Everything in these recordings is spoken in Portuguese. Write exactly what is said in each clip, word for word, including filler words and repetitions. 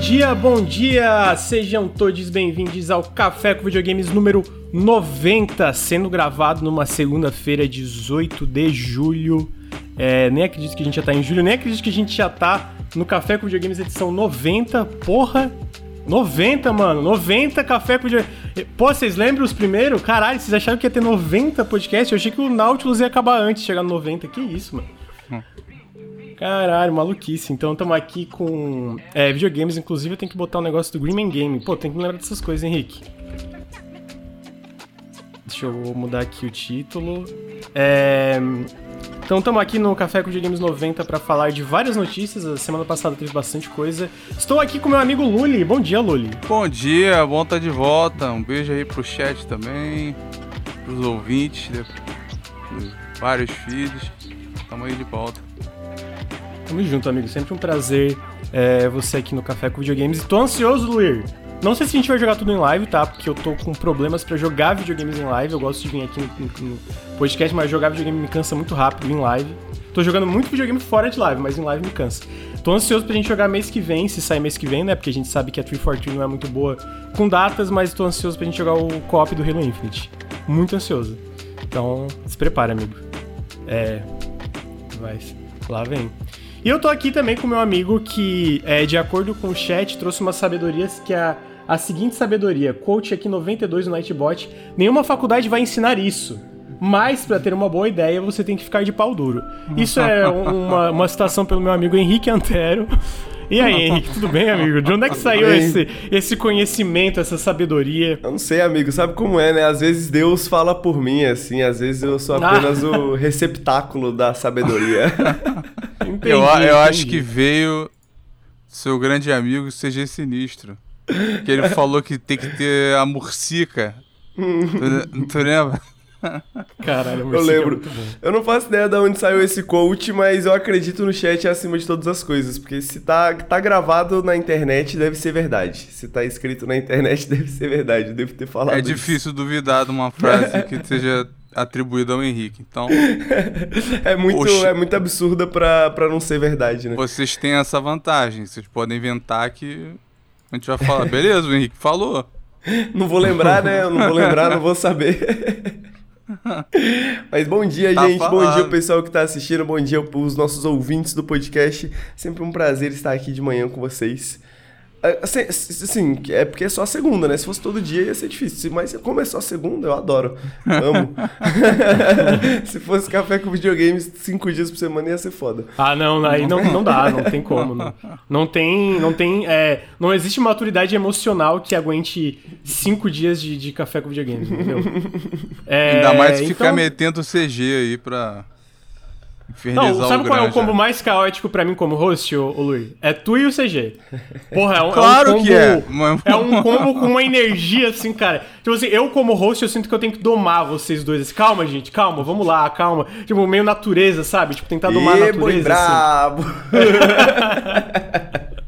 dia, bom dia! Sejam todos bem-vindos ao Café com Videogames número noventa, sendo gravado numa segunda-feira, dezoito de julho. É, nem acredito que a gente já tá em julho, nem acredito que a gente já tá no Café com Videogames edição noventa, porra! noventa, mano, noventa Café com Videogames. Pô, vocês lembram os primeiros? Caralho, vocês acharam que ia ter noventa podcasts? Eu achei que o Nautilus ia acabar antes de chegar no noventa, que isso, mano? Hum. Caralho, maluquice. Então estamos aqui com é, videogames, inclusive eu tenho que botar um negócio do Green Man Game. Pô, tem que me lembrar dessas coisas, Henrique. Deixa eu mudar aqui o título. É... Então estamos aqui no Café com Videogames noventa para falar de várias notícias. A semana passada teve bastante coisa. Estou aqui com meu amigo Luli. Bom dia, Luli. Bom dia, bom estar de volta. Um beijo aí pro chat também, pros ouvintes, pros vários filhos. Estamos aí de volta. Tamo junto, amigo. Sempre um prazer é, você aqui no Café com Videogames. E tô ansioso, Luir. Não sei se a gente vai jogar tudo em live, tá? Porque eu tô com problemas pra jogar videogames em live. Eu gosto de vir aqui no, no, no podcast, mas jogar videogame me cansa muito rápido em live. Tô jogando muito videogame fora de live, mas em live me cansa. Tô ansioso pra gente jogar mês que vem, se sair mês que vem, né? Porque a gente sabe que a trezentos e quarenta e três não é muito boa com datas, mas tô ansioso pra gente jogar o co-op do Halo Infinite. Muito ansioso. Então, se prepara, amigo. É... Vai... Lá vem. E eu tô aqui também com meu amigo que, é, de acordo com o chat, trouxe umas sabedorias que é a, a seguinte sabedoria. Coach aqui noventa e dois no Nightbot. Nenhuma faculdade vai ensinar isso. Mas, pra ter uma boa ideia, você tem que ficar de pau duro. Isso é uma, uma citação pelo meu amigo Henrique Antero. E aí, Henrique, tudo bem, amigo? De onde é que saiu esse, esse conhecimento, essa sabedoria? Eu não sei, amigo. Sabe como é, né? Às vezes Deus fala por mim, assim. Às vezes eu sou apenas ah. o receptáculo da sabedoria. Entendi, eu eu entendi. acho que veio seu grande amigo C G Sinistro. Que ele falou que tem que ter a murcica. tu, tu lembra? Caralho, eu lembro. É eu não faço ideia de onde saiu esse quote, mas eu acredito no chat acima de todas as coisas. Porque se tá, tá gravado na internet, deve ser verdade. Se tá escrito na internet, deve ser verdade. Eu devo ter falado É isso. difícil duvidar de uma frase que seja atribuída ao Henrique, então... é, muito, é muito absurda pra, pra não ser verdade, né? Vocês têm essa vantagem. Vocês podem inventar que a gente vai falar, beleza, o Henrique falou. Não vou lembrar, né? Eu não vou lembrar, não vou saber. Mas bom dia, tá gente, falando. Bom dia o pessoal que tá assistindo, bom dia os nossos ouvintes do podcast. Sempre um prazer estar aqui de manhã com vocês. Assim, assim, é porque é só a segunda, né? Se fosse todo dia ia ser difícil, mas como é só a segunda, eu adoro, amo. Se fosse café com videogames cinco dias por semana ia ser foda. Ah, não, aí não, não dá, não tem como. Não, não tem, não tem, é, não existe maturidade emocional que aguente cinco dias de, de café com videogames, entendeu? É, ainda mais se então... ficar metendo C G aí pra... Infernizar não, sabe o qual é o Granja. combo mais caótico pra mim como host, ô, ô Luiz? É tu e o C G. Porra, é um, claro é um combo... que é. É um combo com uma energia, assim, cara. Tipo assim, eu como host, eu sinto que eu tenho que domar vocês dois. Assim, calma, gente, calma, vamos lá, calma. Tipo, meio natureza, sabe? Tipo, tentar domar a natureza. Boi brabo! Assim.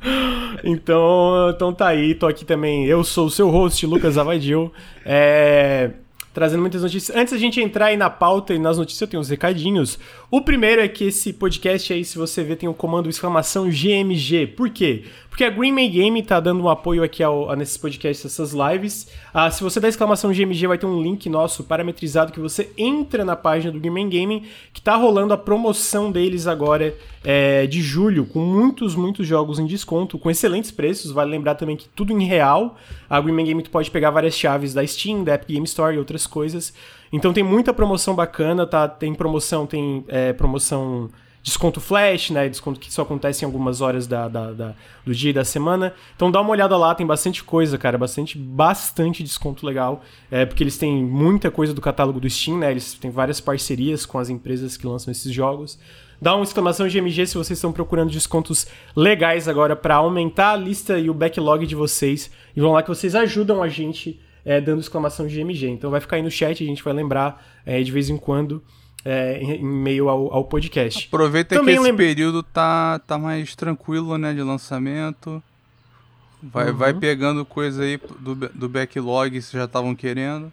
então, então tá aí, tô aqui também. Eu sou o seu host, Lucas Avadil. É... Trazendo muitas notícias. Antes da gente entrar aí na pauta e nas notícias, eu tenho uns recadinhos. O primeiro é que esse podcast aí, se você ver, tem o comando exclamação G M G. Por quê? Porque a Green Man Game tá dando um apoio aqui ao, a nesses podcasts, essas lives. Ah, se você dá exclamação G M G, vai ter um link nosso parametrizado que você entra na página do Green Man Gaming, que tá rolando a promoção deles agora é, de julho, com muitos, muitos jogos em desconto, com excelentes preços. Vale lembrar também que tudo em real. A Green Man Gaming tu pode pegar várias chaves da Steam, da Epic Game Store e outras coisas. Então tem muita promoção bacana, tá? Tem promoção, tem é, promoção... Desconto flash, né? Desconto que só acontece em algumas horas da, da, da, do dia e da semana. Então dá uma olhada lá, tem bastante coisa, cara. Bastante, bastante desconto legal. É, porque eles têm muita coisa do catálogo do Steam, né? Eles têm várias parcerias com as empresas que lançam esses jogos. Dá uma exclamação G M G se vocês estão procurando descontos legais agora para aumentar a lista e o backlog de vocês. E vão lá que vocês ajudam a gente é, dando exclamação G M G. Então vai ficar aí no chat, a gente vai lembrar é, de vez em quando. É, em meio ao, ao podcast. Aproveita Também que esse lembra... período tá, tá mais tranquilo, né, de lançamento. Vai, uhum. vai pegando coisa aí do, do backlog se já estavam querendo.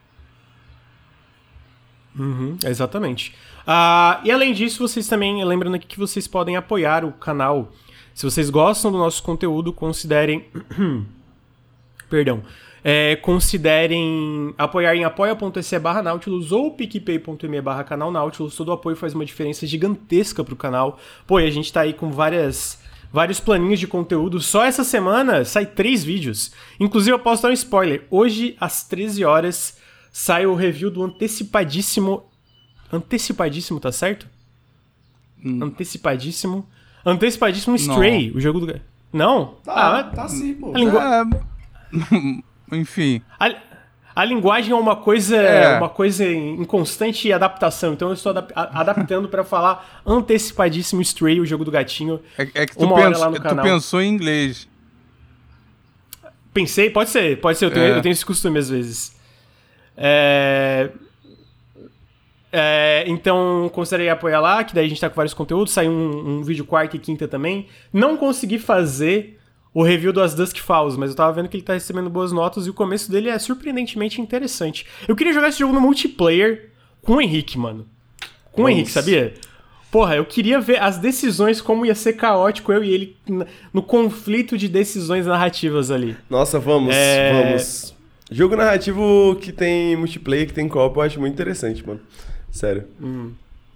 Uhum, exatamente. Uh, e além disso, vocês também, lembrando aqui que vocês podem apoiar o canal Se vocês gostam do nosso conteúdo, considerem... Perdão. É, considerem apoiar em apoia.se barra Nautilus ou picpay.me barra canal Nautilus. Todo o apoio faz uma diferença gigantesca pro canal. Pô, e a gente tá aí com várias, vários planinhos de conteúdo. Só essa semana sai três vídeos. Inclusive, eu posso dar um spoiler. Hoje, às treze horas, sai o review do antecipadíssimo... Antecipadíssimo, tá certo? Hum. Antecipadíssimo. Antecipadíssimo Stray, Não. o jogo do... Não? Tá, ah, tá sim, pô. A lingu... é... Enfim. A, a linguagem é uma coisa, é. uma coisa em constante adaptação. Então eu estou adap- adaptando para falar antecipadíssimo Stray, o jogo do gatinho. É, é que tu, penso, lá no tu pensou em inglês. Pensei, pode ser, pode ser. Eu tenho, é. eu tenho esse costume às vezes. É... É, então, considerei apoiar lá, que daí a gente tá com vários conteúdos. Saiu um, um vídeo quarta e quinta também. Não consegui fazer o review do As Dusk Falls, mas eu tava vendo que ele tá recebendo boas notas e o começo dele é surpreendentemente interessante. Eu queria jogar esse jogo no multiplayer com o Henrique, mano. Com Nossa. o Henrique, sabia? Porra, eu queria ver as decisões, como ia ser caótico eu e ele no conflito de decisões narrativas ali. Nossa, vamos, é... vamos. Jogo narrativo que tem multiplayer, que tem co-op, eu acho muito interessante, mano. Sério. Hum.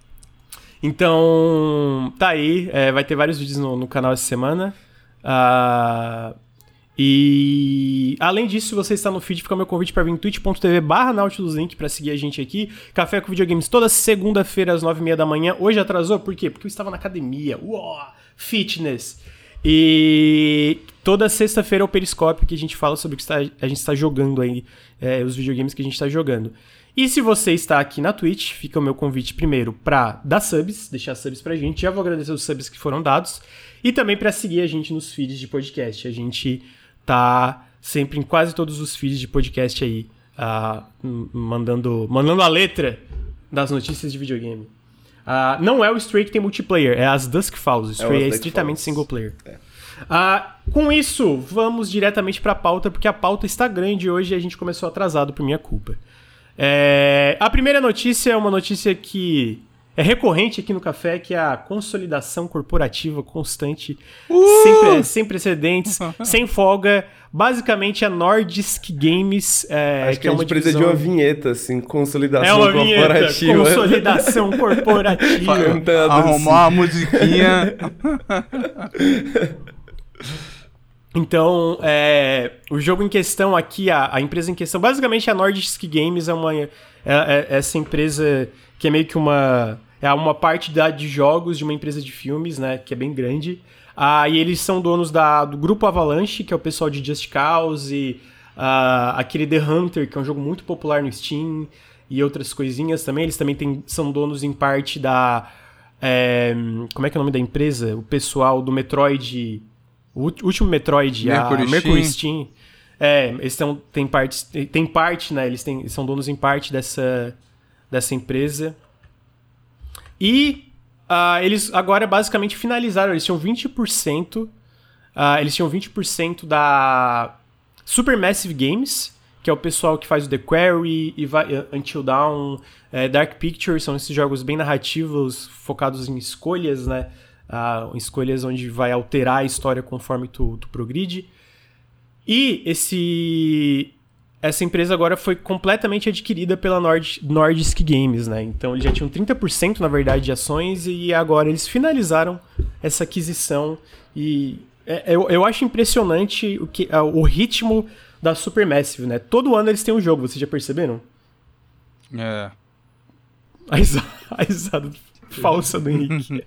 Então, tá aí. É, vai ter vários vídeos no, no canal essa semana. Uh, e além disso, se você está no feed, fica o meu convite para vir em twitch.tv barra nautiluslink para seguir a gente aqui. Café com Videogames toda segunda-feira às nove e meia da manhã. Hoje atrasou, por quê? Porque eu estava na academia. Uou, fitness. E toda sexta-feira é o Periscópio, que a gente fala sobre o que está, a gente está jogando aí, é, os videogames que a gente está jogando. E se você está aqui na Twitch, fica o meu convite primeiro para dar subs, deixar subs pra gente. Já vou agradecer os subs que foram dados. E também para seguir a gente nos feeds de podcast. A gente tá sempre em quase todos os feeds de podcast aí, uh, mandando, mandando a letra das notícias de videogame. Uh, não é o Stray que tem multiplayer, é As Dusk Falls. O Stray é, é estritamente single player. É. Uh, com isso, vamos diretamente pra pauta, porque a pauta está grande hoje e a gente começou atrasado por minha culpa. É, a primeira notícia é uma notícia que é recorrente aqui no Café, que é a consolidação corporativa constante, uh! sempre, sem precedentes, sem folga. Basicamente, a Nordisk Games... É, Acho que, que a é gente uma precisa divisão... de uma vinheta, assim, consolidação é uma corporativa. Vinheta, consolidação corporativa. Arrumar uma musiquinha. Então, é, o jogo em questão aqui, a, a empresa em questão, basicamente a Nordisk Games é, uma, é, é essa empresa que é meio que uma, é uma parte da, de jogos de uma empresa de filmes, né, que é bem grande. Ah, e eles são donos da, do grupo Avalanche, que é o pessoal de Just Cause, e, ah, aquele The Hunter, que é um jogo muito popular no Steam, e outras coisinhas também. Eles também tem, são donos em parte da... É, como é que é o nome da empresa? O pessoal do Metroid... O último Metroid, Mercury a Mercury Steam. Steam. É, eles tão, tem, parte, tem parte, né? Eles têm, são donos em parte dessa, dessa empresa. E uh, eles agora basicamente finalizaram. Eles tinham vinte por cento. Uh, eles tinham vinte por cento da Supermassive Games, que é o pessoal que faz o The Quarry, Until Dawn, uh, Dark Pictures. São esses jogos bem narrativos, focados em escolhas, né? Uh, escolhas onde vai alterar a história conforme tu, tu progride. E esse, essa empresa agora foi completamente adquirida pela Nord, Nordisk Games, né? Então eles já tinham trinta por cento, na verdade, de ações, e agora eles finalizaram essa aquisição. E é, eu, eu acho impressionante o, que, uh, o ritmo da Supermassive, né? Todo ano eles têm um jogo, vocês já perceberam? É. A risada, a risada falsa do Henrique.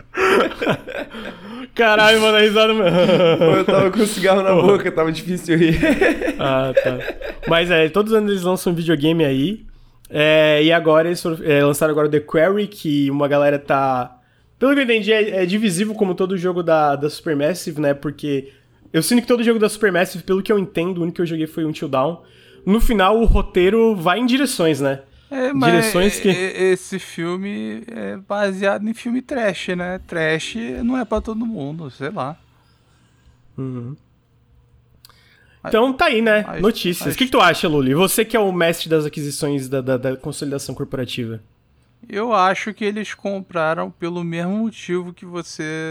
Caralho, mano, a risada... Eu tava com o cigarro na boca, tava difícil rir. Ah, tá. Mas é, todos os anos eles lançam um videogame aí. É, e agora eles foram, é, lançaram agora o The Quarry, que uma galera tá... Pelo que eu entendi, é, é divisível como todo jogo da, da Supermassive, né? Porque eu sinto que todo jogo da Supermassive, pelo que eu entendo, o único que eu joguei foi o Until Dawn. No final, o roteiro vai em direções, né? É, mas direções que... esse filme é baseado em filme trash, né? Trash não é pra todo mundo, sei lá. Uhum. Então tá aí, né? Mas, notícias. Mas... O que, que tu acha, Luli? Você que é o mestre das aquisições da, da, da consolidação corporativa. Eu acho que eles compraram pelo mesmo motivo que você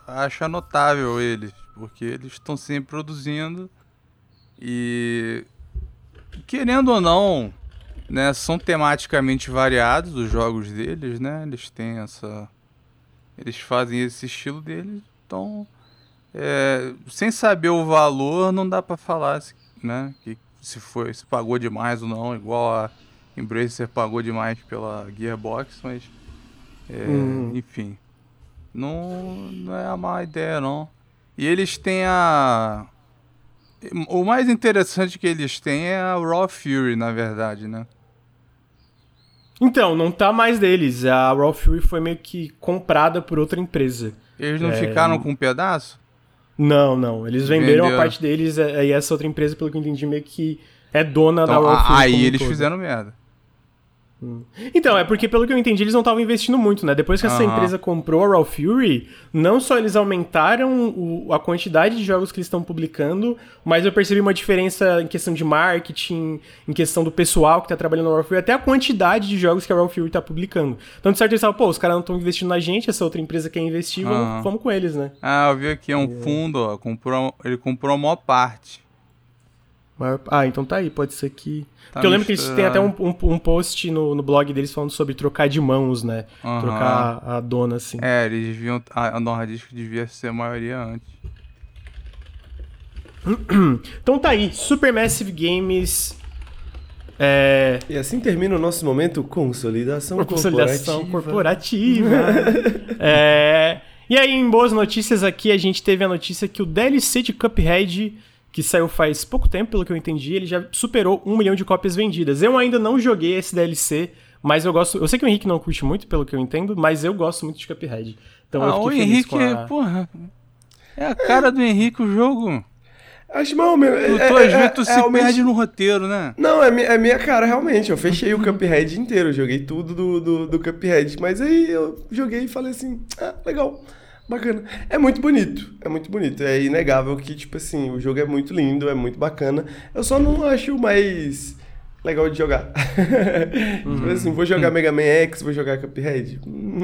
acha notável eles, porque eles estão sempre produzindo e, querendo ou não, né, são tematicamente variados os jogos deles, né? Eles têm essa... Eles fazem esse estilo deles, então... É, sem saber o valor, não dá pra falar, né, que se foi, se pagou demais ou não, igual a Embracer pagou demais pela Gearbox, mas é, hum. enfim, não, não é uma má ideia não. E eles têm a... O mais interessante que eles têm é a Raw Fury, na verdade, né? Então, não tá mais deles, a Raw Fury foi meio que comprada por outra empresa. Eles não é... ficaram com um pedaço? Não, não. Eles venderam Vendeu. a parte deles e essa outra empresa, pelo que eu entendi, meio que é dona então, da Raw Fury. Aí eles todo. fizeram merda. Hum. Então, é porque pelo que eu entendi, eles não estavam investindo muito, né? Depois que essa uh-huh. empresa comprou a Raw Fury, não só eles aumentaram o, a quantidade de jogos que eles estão publicando, mas eu percebi uma diferença em questão de marketing, em questão do pessoal que tá trabalhando na Raw Fury, até a quantidade de jogos que a Raw Fury tá publicando. Então, de certo, eles falaram, pô, os caras não estão investindo na gente, essa outra empresa quer investir, uh-huh. vamos, vamos com eles, né? Ah, eu vi aqui, é um é. fundo, ó, comprou, ele comprou a maior parte. Ah, então tá aí, pode ser que... Tá Porque eu lembro misturado. que eles têm até um, um, um post no, no blog deles falando sobre trocar de mãos, né? Uhum. Trocar a, a dona, assim. É, eles deviam... A, a Nordisk devia ser a maioria antes. Então tá aí, Supermassive Games... É... E assim termina o nosso momento Consolidação, Consolidação Corporativa. corporativa. é... E aí, em boas notícias aqui, a gente teve a notícia que o D L C de Cuphead... que saiu faz pouco tempo, pelo que eu entendi, ele já superou um milhão de cópias vendidas. Eu ainda não joguei esse D L C, mas eu gosto... Eu sei que o Henrique não curte muito, pelo que eu entendo, mas eu gosto muito de Cuphead. Então ah, eu fiquei o feliz Henrique, com a... porra... É a cara do Henrique o jogo. Acho mal, meu... Tu, é, tu, às vezes tu é, se é, perde é, no roteiro, né? Não, é, é minha cara, realmente. Eu fechei o Cuphead inteiro, eu joguei tudo do, do, do Cuphead. Mas aí eu joguei e falei assim, ah, legal... Bacana. É muito bonito, é muito bonito. É inegável que, tipo assim, o jogo é muito lindo, é muito bacana. Eu só não acho mais legal de jogar. Uhum. Tipo assim, vou jogar Mega Man X, vou jogar Cuphead.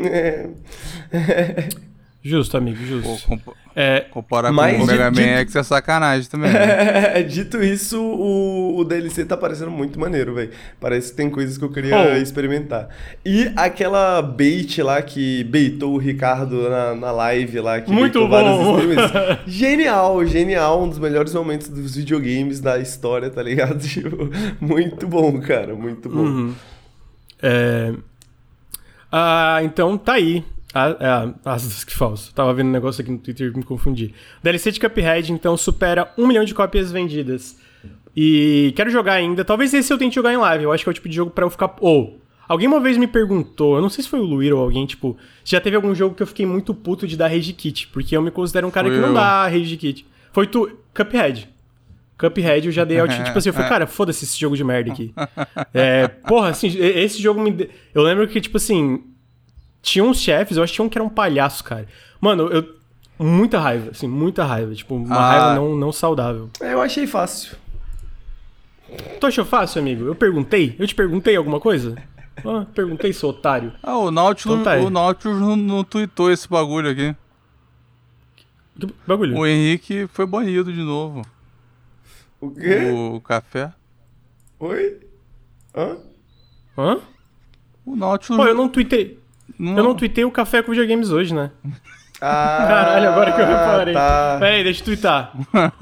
Justo, amigo, justo. Pô, compa é, comparar com o Mega Man X é sacanagem também. Né? Dito isso, o, o D L C tá parecendo muito maneiro, velho. Parece que tem coisas que eu queria oh. experimentar. E aquela bait lá que baitou o Ricardo na, na live lá, que muito bom. vários streamers. Genial, genial. Um dos melhores momentos dos videogames da história, tá ligado? Tipo, muito bom, cara, muito bom. Uhum. É... Ah, então tá aí. Ah, é, as que falso. Tava vendo um negócio aqui no Twitter e me confundi. O D L C de Cuphead, então, supera um milhão de cópias vendidas. E quero jogar ainda. Talvez esse eu tente jogar em live. Eu acho que é o tipo de jogo pra eu ficar... Ou, oh, alguém uma vez me perguntou, eu não sei se foi o Luir ou alguém, tipo... Já teve algum jogo que eu fiquei muito puto de dar rage kit. Porque eu me considero um cara foi que eu. não dá rage kit. Foi tu... Cuphead. Cuphead eu já dei out, tipo assim, eu falei, cara, foda-se esse jogo de merda aqui. É, porra, assim, esse jogo me... Eu lembro que, tipo assim... Tinha uns chefes, eu acho que tinha um que era um palhaço, cara. Mano, eu... Muita raiva, assim, muita raiva. Tipo, uma ah. raiva não, não saudável. Eu achei fácil. Tu achou fácil, amigo? Eu perguntei? Eu te perguntei alguma coisa? Ah, perguntei, seu otário. Ah, o Nautilus, então tá o Nautilus não, não tweetou esse bagulho aqui. Que bagulho? O Henrique foi banido de novo. O quê? O café. Oi? Hã? Hã? O Nautilus... Pô, eu não tweetei... Não. Eu não tuitei o Café com Videogames hoje, né? Ah, caralho, agora que eu reparei. Tá. Pera aí, deixa eu twittar.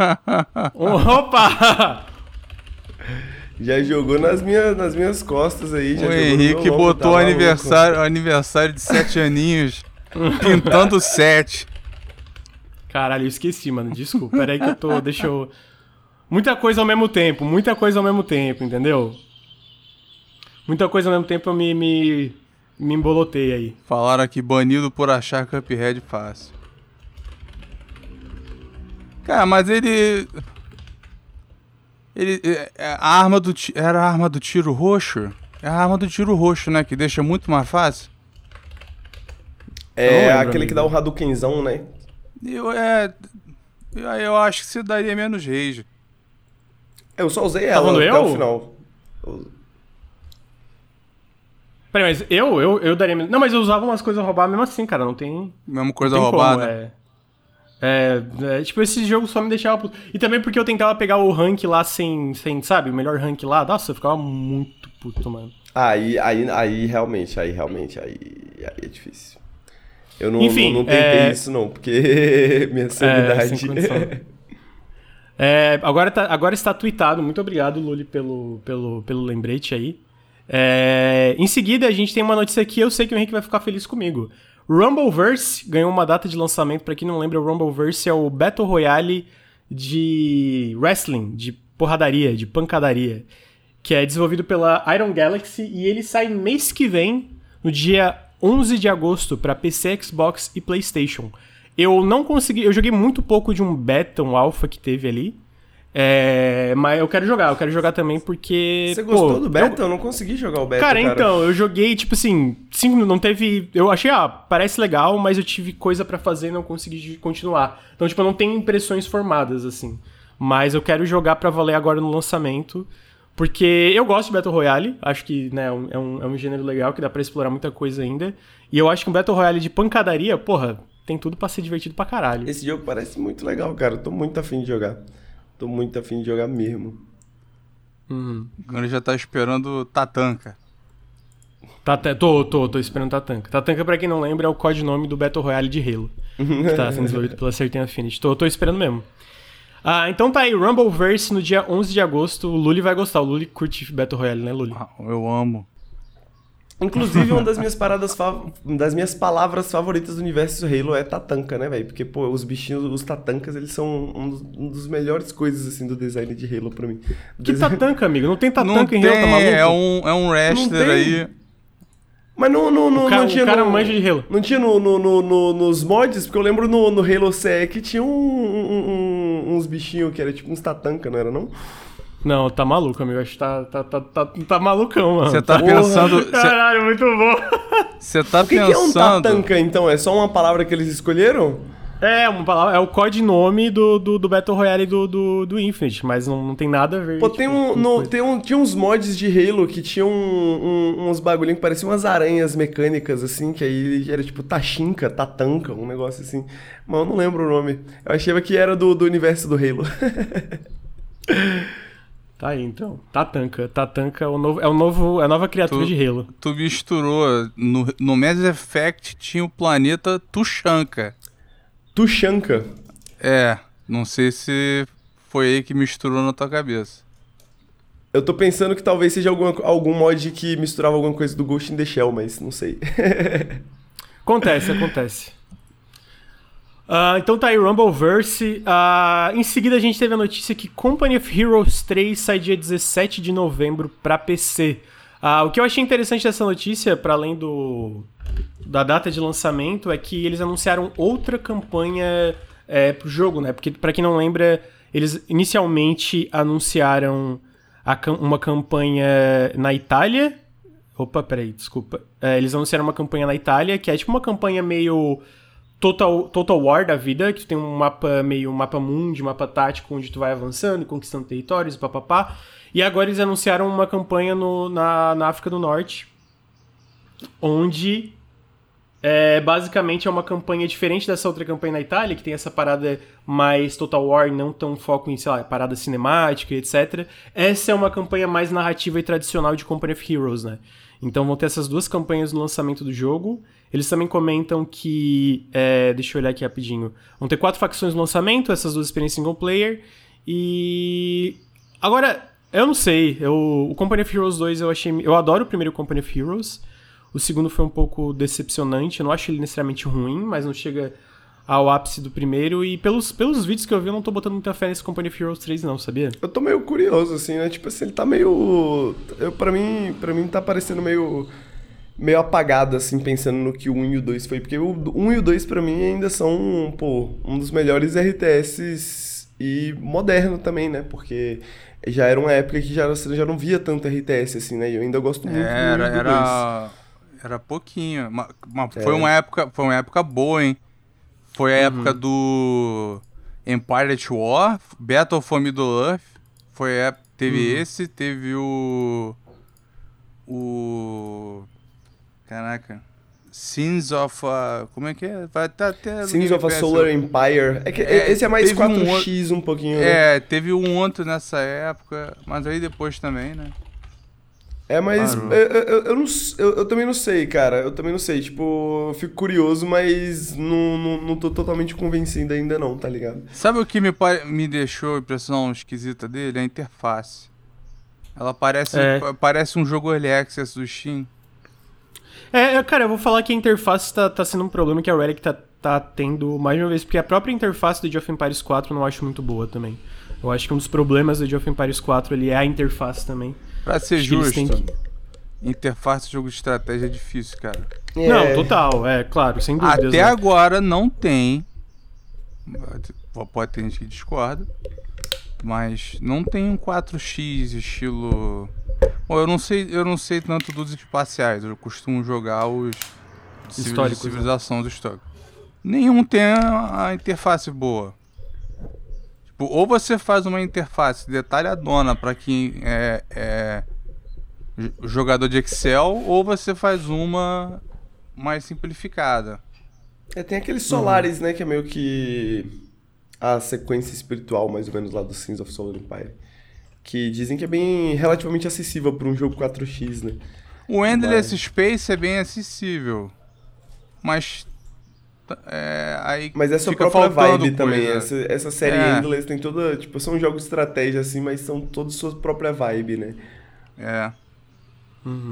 Opa! Já jogou nas minhas, nas minhas costas aí. Já o Henrique botou o aniversário, aniversário de sete aninhos pintando sete. Caralho, eu esqueci, mano. Desculpa. Pera aí que eu tô... Deixa eu... Muita coisa ao mesmo tempo. Muita coisa ao mesmo tempo, entendeu? Muita coisa ao mesmo tempo eu me... me... Me embolotei aí. Falaram aqui, banido por achar Cuphead fácil. Cara, mas ele... Ele... A arma do... Era a arma do tiro roxo? É a arma do tiro roxo, né? Que deixa muito mais fácil. É lembro, aquele amigo. Que dá o Hadoukenzão, né? Eu, é... Eu, eu acho que você daria menos rage. Eu só usei ela tá até eu? o final. Eu... Peraí, mas eu, eu, eu daria... Não, mas eu usava umas coisas roubadas mesmo assim, cara, não tem... Mesma coisa não tem roubada? Como, é... É, é, tipo, esse jogo só me deixava puto. E também porque eu tentava pegar o rank lá sem, sem, sabe, o melhor rank lá. Nossa, eu ficava muito puto, mano. Aí, aí, aí realmente, aí realmente, aí, aí é difícil. Eu não, Enfim, não, não tentei é... isso não, porque minha sanidade... É, sem condição. é, agora, tá, agora está tweetado. Muito obrigado, Luli, pelo, pelo, pelo lembrete aí. É, em seguida, a gente tem uma notícia aqui, eu sei que o Henrique vai ficar feliz comigo. Rumbleverse ganhou uma data de lançamento. Pra quem não lembra, o Rumbleverse é o Battle Royale de wrestling, de porradaria, de pancadaria, que é desenvolvido pela Iron Galaxy e ele sai mês que vem, no dia onze de agosto, pra P C, Xbox e PlayStation. Eu não consegui, eu joguei muito pouco de um beta, um alpha que teve ali. É, mas eu quero jogar, eu quero jogar também porque... Você gostou pô, do beta? Eu... eu não consegui jogar o beta, cara. cara. Então, eu joguei, tipo assim, cinco, não teve... Eu achei, ah, parece legal, mas eu tive coisa pra fazer e não consegui continuar. Então, tipo, eu não tenho impressões formadas, assim. Mas eu quero jogar pra valer agora no lançamento, porque eu gosto de Battle Royale, acho que, né, é um, é um gênero legal, que dá pra explorar muita coisa ainda. E eu acho que um Battle Royale de pancadaria, porra, tem tudo pra ser divertido pra caralho. Esse jogo parece muito legal, cara. Eu tô muito afim de jogar. Tô muito afim de jogar mesmo. Uhum. Agora já tá esperando Tatanka. Tata... Tô, tô, tô esperando Tatanka. Tatanka, pra quem não lembra, é o codinome do Battle Royale de Halo, que tá sendo desenvolvido pela Certain Affinity. Tô, tô esperando mesmo. Ah, então tá aí, Rumbleverse no dia onze de agosto. O Luli vai gostar. O Luli curte Battle Royale, né, Luli? Ah, eu amo. Inclusive, uma das minhas paradas fav... das minhas palavras favoritas do universo Halo é Tatanka, né, velho? Porque, pô, os bichinhos, os Tatankas, eles são um dos, um dos melhores coisas, assim, do design de Halo pra mim. Que Design... Tatanka, amigo? Não tem Tatanka não em tem, Halo, tá maluco? É um, é um wrestler aí. Mas não, não, não, o cara, não tinha... O cara no... manja de Halo. Não tinha no, no, no, no, nos mods? Porque eu lembro no, no Halo C E que tinha um, um, um, uns bichinhos que era tipo uns Tatanka, não era não? Não, tá maluco, amigo. Acho que tá, tá, tá, tá, tá malucão, mano. Você tá Porra. pensando... Cê... Caralho, muito bom. Você tá o que pensando... que é um Tatanka, então? É só uma palavra que eles escolheram? É, uma palavra, é o codinome do, do, do Battle Royale do, do, do Infinite, mas não, não tem nada a ver. Pô, tipo, tem um, no, tem um, tinha uns mods de Halo que tinham um, um, uns bagulhinhos que pareciam umas aranhas mecânicas, assim, que aí era tipo Tachinka, Tatanka, um negócio assim. Mas eu não lembro o nome. Eu achava que era do, do universo do Halo. Tá aí, então. Tatanka. Tatanka é o novo, é o novo, é a nova criatura tu, de Halo. Tu misturou. No, no Mass Effect tinha o planeta Tuchanka. Tuchanka. É, não sei se foi aí que misturou na tua cabeça. Eu tô pensando que talvez seja alguma, algum mod que misturava alguma coisa do Ghost in the Shell, mas não sei. Acontece, acontece. Uh, então tá aí, Rumbleverse. Uh, em seguida a gente teve a notícia que Company of Heroes três sai dia dezessete de novembro pra P C. Uh, o que eu achei interessante dessa notícia, para além do, da data de lançamento, é que eles anunciaram outra campanha é, pro jogo, né? Porque, pra quem não lembra, eles inicialmente anunciaram a, uma campanha na Itália. Opa, peraí, desculpa. É, eles anunciaram uma campanha na Itália, que é tipo uma campanha meio Total, Total War da vida, que tu tem um mapa meio um mapa mundi, mapa tático, onde tu vai avançando e conquistando territórios, papapá. E agora eles anunciaram uma campanha no, na, na África do Norte, onde é, basicamente é uma campanha diferente dessa outra campanha na Itália, que tem essa parada mais Total War, não tão foco em, sei lá, parada cinemática e etcétera. Essa é uma campanha mais narrativa e tradicional de Company of Heroes, né? Então vão ter essas duas campanhas no lançamento do jogo. Eles também comentam que... É, deixa eu olhar aqui rapidinho. Vão ter quatro facções no lançamento, essas duas experiências single player. E... Agora, eu não sei. Eu, o Company of Heroes dois eu achei... Eu adoro o primeiro Company of Heroes. O segundo foi um pouco decepcionante. Eu não acho ele necessariamente ruim, mas não chega ao ápice do primeiro. E pelos, pelos vídeos que eu vi, eu não tô botando muita fé nesse Company of Heroes três não, sabia? Eu tô meio curioso, assim, né? Tipo assim, ele tá meio... Eu, pra, mim, pra mim tá parecendo meio... meio apagado, assim, pensando no que o um e o dois foi. Porque o um e o dois, pra mim, ainda são, pô, um dos melhores R T S e moderno também, né? Porque já era uma época que já, você já não via tanto R T S, assim, né? E eu ainda gosto muito era, do um e do era, dois. Era pouquinho. Uma, uma, É. foi, uma época, foi uma época boa, hein? Foi a Uhum. época do Empire at War, Battle for Middle-earth. Foi a, teve Uhum. esse, teve o... O... Caraca. Sins of... Uh, como é que é? Vai tá até... Sins of a Solar Empire. É que é, esse é mais quatro X um, um pouquinho, né? É, teve um outro nessa época, mas aí depois também, né? É, mas eu, eu, eu, não, eu, eu também não sei, cara. Eu também não sei. Tipo, eu fico curioso, mas não, não, não tô totalmente convencido ainda não, tá ligado? Sabe o que me, me deixou a impressão esquisita dele? A interface. Ela parece, é. parece um jogo Early Access do Steam. É, cara, eu vou falar que a interface tá, tá sendo um problema que a Relic tá, tá tendo mais uma vez, porque a própria interface do Age of Empires quatro eu não acho muito boa também. Eu acho que um dos problemas do Age of Empires quatro ele é a interface também. Pra ser justo, que... interface de jogo de estratégia é difícil, cara. É. Não, total, é, claro, sem dúvidas. Até né? agora não tem, pode ter gente que discorda, mas não tem um quatro X estilo... Bom, eu não sei, eu não sei tanto dos espaciais, eu costumo jogar os históricos, de civilização né? do histórico. Nenhum tem a interface boa. Tipo, ou você faz uma interface detalhadona para quem é, é jogador de Excel, ou você faz uma mais simplificada. É, tem aqueles Solaris, uhum. né, que é meio que a sequência espiritual, mais ou menos, lá do Sins of Solar Empire. Que dizem que é bem relativamente acessível para um jogo quatro X, né? O Endless mas... Space é bem acessível, mas... É, aí mas essa fica própria vibe coisa. também, essa, essa série é. Endless tem toda, tipo, são jogos de estratégia assim, mas são todos sua própria vibe, né? É. Uhum.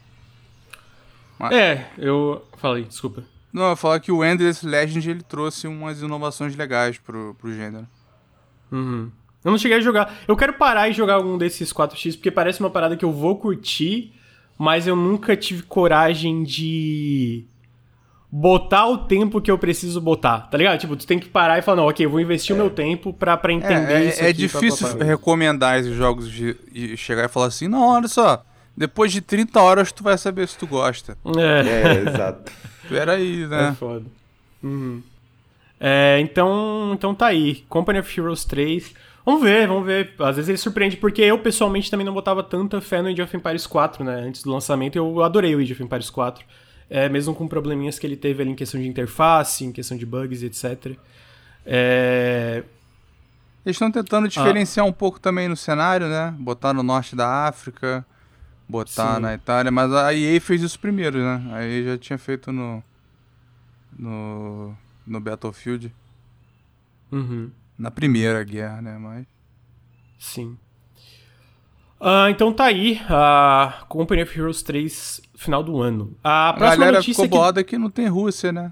Mas... É, eu falei, desculpa. Não, eu ia falar que o Endless Legend ele trouxe umas inovações legais pro, pro gênero. Uhum. Eu não cheguei a jogar. Eu quero parar e jogar algum desses quatro X, porque parece uma parada que eu vou curtir, mas eu nunca tive coragem de botar o tempo que eu preciso botar, tá ligado? Tipo, tu tem que parar e falar, não, ok, eu vou investir é. o meu tempo pra, pra entender é, isso É, é aqui, difícil pra, pra, pra. recomendar esses jogos de, e chegar e falar assim, não, olha só, depois de trinta horas tu vai saber se tu gosta. É, é exato. Peraí, né? É foda. Uhum. É, então, então tá aí, Company of Heroes três... Vamos ver, vamos ver. Às vezes ele surpreende, porque eu, pessoalmente, também não botava tanta fé no Age of Empires quatro, né? Antes do lançamento, eu adorei o Age of Empires quatro. É, mesmo com probleminhas que ele teve ali em questão de interface, em questão de bugs, etcétera. É... Eles estão tentando diferenciar ah. um pouco também no cenário, né? Botar no norte da África, botar Sim. na Itália. Mas a E A fez isso primeiro, né? A E A já tinha feito no... No, no Battlefield. Uhum. Na primeira guerra, né? Mas... Sim. Uh, então tá aí a uh, Company of Heroes três, final do ano. A próxima a galera notícia ficou bolada que... que não tem Rússia, né?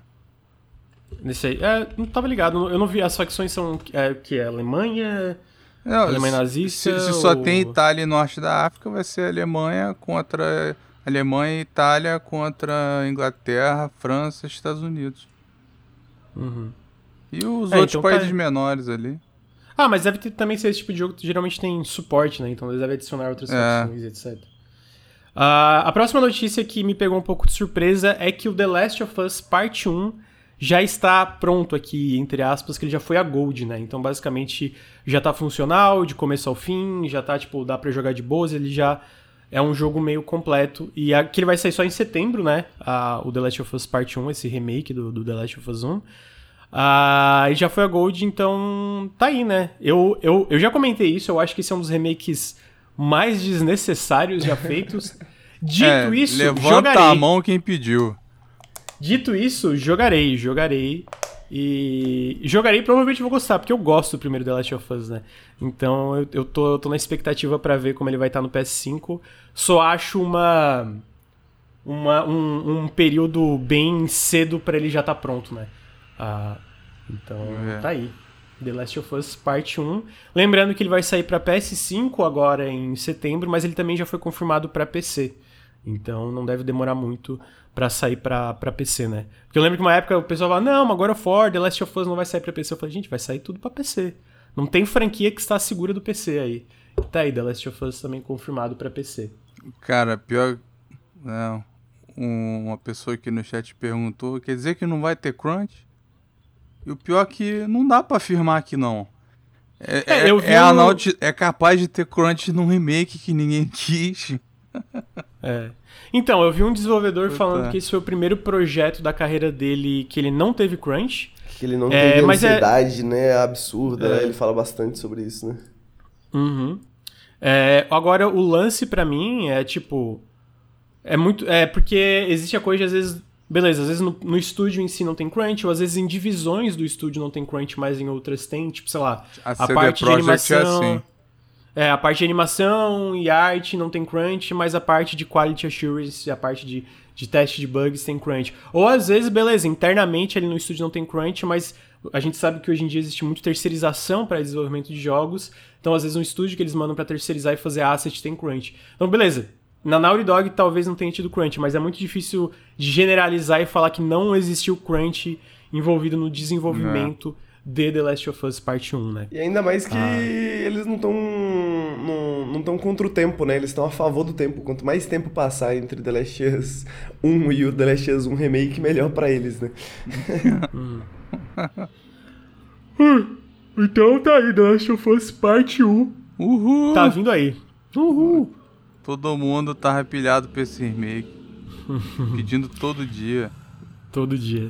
Nesse aí. É, não tava ligado. Eu não vi. As facções são é, que é Alemanha... Não, Alemanha nazista? Se, se só ou... tem Itália e Norte da África, vai ser Alemanha contra... Alemanha e Itália contra Inglaterra, França e Estados Unidos. Uhum. E os é, outros então países tá... menores ali. Ah, mas deve ter, também ser esse tipo de jogo que geralmente tem suporte, né? Então eles devem adicionar outras é. facções, etcétera. Uh, a próxima notícia que me pegou um pouco de surpresa é que o The Last of Us Parte um já está pronto aqui, entre aspas, que ele já foi a Gold, né? Então basicamente já tá funcional, de começo ao fim, já tá, tipo, dá pra jogar de boas, ele já é um jogo meio completo. E aqui ele vai sair só em setembro, né? Uh, o The Last of Us Parte um, esse remake do, do The Last of Us um. Ah, e já foi a Gold, então tá aí, né? Eu, eu, eu já comentei isso, eu acho que esse é um dos remakes mais desnecessários já feitos. Dito é, isso, levanta jogarei. a mão quem pediu. Dito isso, jogarei, jogarei. E jogarei, provavelmente vou gostar, porque eu gosto do primeiro The Last of Us, né? Então eu, eu, tô, eu tô na expectativa pra ver como ele vai estar no P S cinco. Só acho uma, uma um, um período bem cedo pra ele já estar pronto, né? Ah, então é. Tá aí, The Last of Us Parte um. Lembrando que ele vai sair para P S cinco agora em setembro, mas ele também já foi confirmado para P C. Então não deve demorar muito para sair para P C, né? Porque eu lembro que uma época o pessoal falava, não, agora for The Last of Us não vai sair para P C. Eu falei, gente, vai sair tudo para P C. Não tem franquia que está segura do P C aí. E tá aí, The Last of Us também confirmado para P C. Cara, pior... Não. Um, uma pessoa aqui no chat perguntou, quer dizer que não vai ter crunch? E o pior é que não dá pra afirmar que não. É, é, é, é, a Naughty, é capaz de ter crunch num remake que ninguém quis. É. Então, eu vi um desenvolvedor Puta. falando que esse foi o primeiro projeto da carreira dele que ele não teve crunch. Que ele não É, teve mas é- ansiedade, né? Absurda, É. né? Ele fala bastante sobre isso, né? Uhum. É, agora, o lance pra mim é tipo... É muito... É porque existe a coisa de, às vezes... Beleza, às vezes no, no estúdio em si não tem crunch, ou às vezes em divisões do estúdio não tem crunch, mas em outras tem. Tipo, sei lá, A a C D parte de Projekt é animação... assim. É, a parte de animação e arte não tem crunch, mas a parte de quality assurance, a parte de, de teste de bugs tem crunch. Ou às vezes, beleza, internamente ali no estúdio não tem crunch, mas a gente sabe que hoje em dia existe muito terceirização para desenvolvimento de jogos. Então, às vezes, um estúdio que eles mandam para terceirizar e fazer asset tem crunch. Então, beleza. Na Naughty Dog talvez não tenha tido crunch, mas é muito difícil de generalizar e falar que não existiu crunch envolvido no desenvolvimento de The Last of Us Parte um, né? E ainda mais que eles não estão não, não tão contra o tempo, né? Eles estão a favor do tempo. Quanto mais tempo passar entre The Last of Us um e o The Last of Us um Remake, melhor pra eles, né? Então tá aí, The Last of Us Parte um. Uhul! Tá vindo aí. Uhul! Todo mundo tá pilhado pra esse remake. Pedindo todo dia. Todo dia.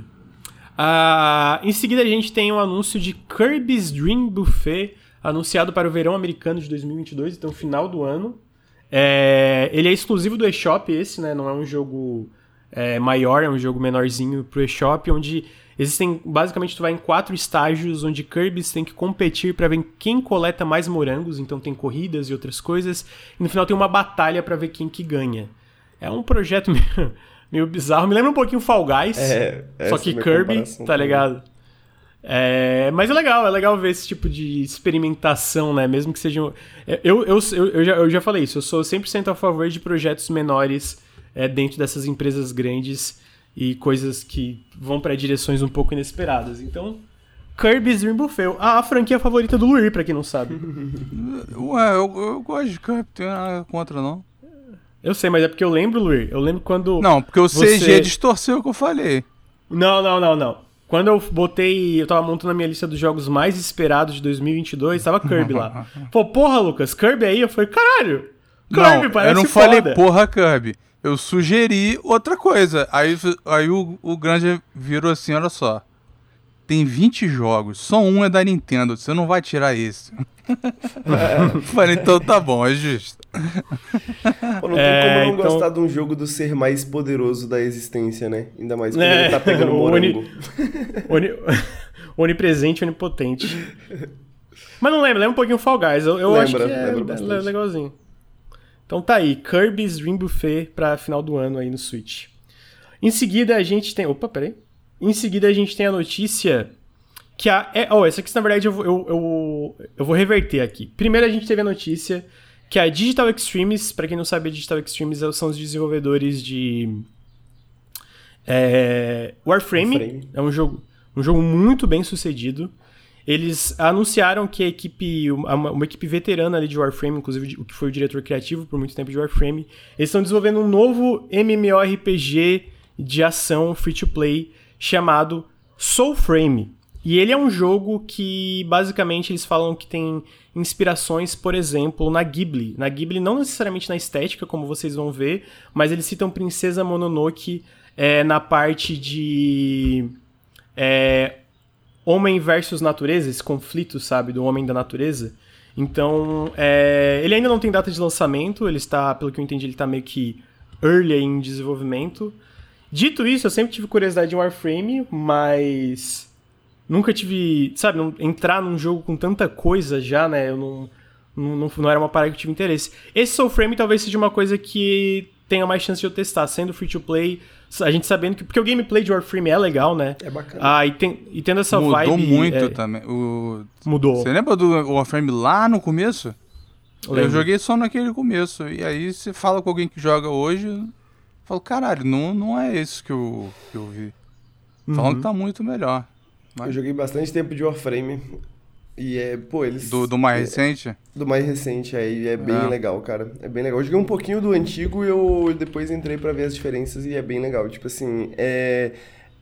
Ah, em seguida a gente tem um anúncio de Kirby's Dream Buffet, anunciado para o verão americano de dois mil e vinte e dois, então final do ano. É, ele é exclusivo do eShop esse, né? Não é um jogo é, maior, é um jogo menorzinho pro eShop, onde existem, basicamente tu vai em quatro estágios, onde Kirby's tem que competir para ver quem coleta mais morangos, então tem corridas e outras coisas, e no final tem uma batalha para ver quem que ganha. É um projeto meio... meio bizarro. Me lembra um pouquinho Fall Guys. É, só que Kirby, tá ligado? É, mas é legal, é legal ver esse tipo de experimentação, né? Mesmo que sejam... Eu, eu, eu, eu, já, eu já falei isso, eu sou cem por cento a favor de projetos menores é, dentro dessas empresas grandes e coisas que vão pra direções um pouco inesperadas. Então, Kirby's Dream Buffet, a, a franquia favorita do Luir, pra quem não sabe. Ué, eu, eu gosto de Kirby, não tenho nada contra, não. Eu sei, mas é porque eu lembro, Luir, eu lembro quando... Não, porque o você... C G distorceu o que eu falei. Não, não, não, não. Quando eu botei, eu tava montando a minha lista dos jogos mais esperados de dois mil e vinte e dois, tava Kirby lá. Pô, porra, Lucas, Kirby aí? Eu falei, caralho, Kirby, não, parece eu não foda. falei porra Kirby. Eu sugeri outra coisa. Aí, aí o, o Grande virou assim, olha só. Tem vinte jogos, só um é da Nintendo, você não vai tirar esse. É. Falei, então tá bom, é justo. Pô, não tem É, como não então- gostar de um jogo do ser mais poderoso da existência, né? Ainda mais quando É, ele tá pegando o morango. Oni- Oni... Onipresente, onipotente. Mas não lembra, lembra um pouquinho Fall Guys. Eu, eu Lembra, acho que é lembra bastante. le- legalzinho. Então tá aí, Kirby's Dream Buffet pra final do ano aí no Switch. Em seguida a gente tem... Opa, peraí. Em seguida a gente tem a notícia que a... É, oh, essa aqui na verdade eu, vou- eu, eu, eu vou reverter aqui. Primeiro a gente teve a notícia que a Digital Extremes, pra quem não sabe, a Digital Extremes são os desenvolvedores de... É, Warframe. Warframe. É um jogo, um jogo muito bem sucedido. Eles anunciaram que a equipe, uma, uma equipe veterana ali de Warframe, inclusive o que foi o diretor criativo por muito tempo de Warframe, eles estão desenvolvendo um novo MMORPG de ação free-to-play chamado Soulframe. E ele é um jogo que, basicamente, eles falam que tem inspirações, por exemplo, na Ghibli. Na Ghibli, não necessariamente na estética, como vocês vão ver, mas eles citam Princesa Mononoke é, na parte de... É, homem versus natureza, esse conflito, sabe, do homem da natureza. Então, é, ele ainda não tem data de lançamento, ele está, pelo que eu entendi, ele está meio que early em desenvolvimento. Dito isso, eu sempre tive curiosidade em Warframe, mas nunca tive, sabe, não, entrar num jogo com tanta coisa já, né, eu não, não, não, não era uma parada que eu tive interesse. Esse Soulframe talvez seja uma coisa que tenha mais chance de eu testar, sendo free to play, a gente sabendo que... Porque o gameplay de Warframe é legal, né? É bacana. Ah, e, tem, e tendo essa Mudou vibe... muito é, também. O... Mudou. Você lembra do Warframe lá no começo? Lembro. Eu joguei só naquele começo. E aí você fala com alguém que joga hoje, eu falo, caralho, não, não é isso que eu, que eu vi. Falando Uhum. que tá muito melhor. Eu joguei bastante tempo de Warframe. E é, pô, eles... Do, do mais é, recente? Do mais recente, aí é bem É. legal, cara. É bem legal. Eu joguei um pouquinho do antigo e eu depois entrei pra ver as diferenças e é bem legal. Tipo assim, é...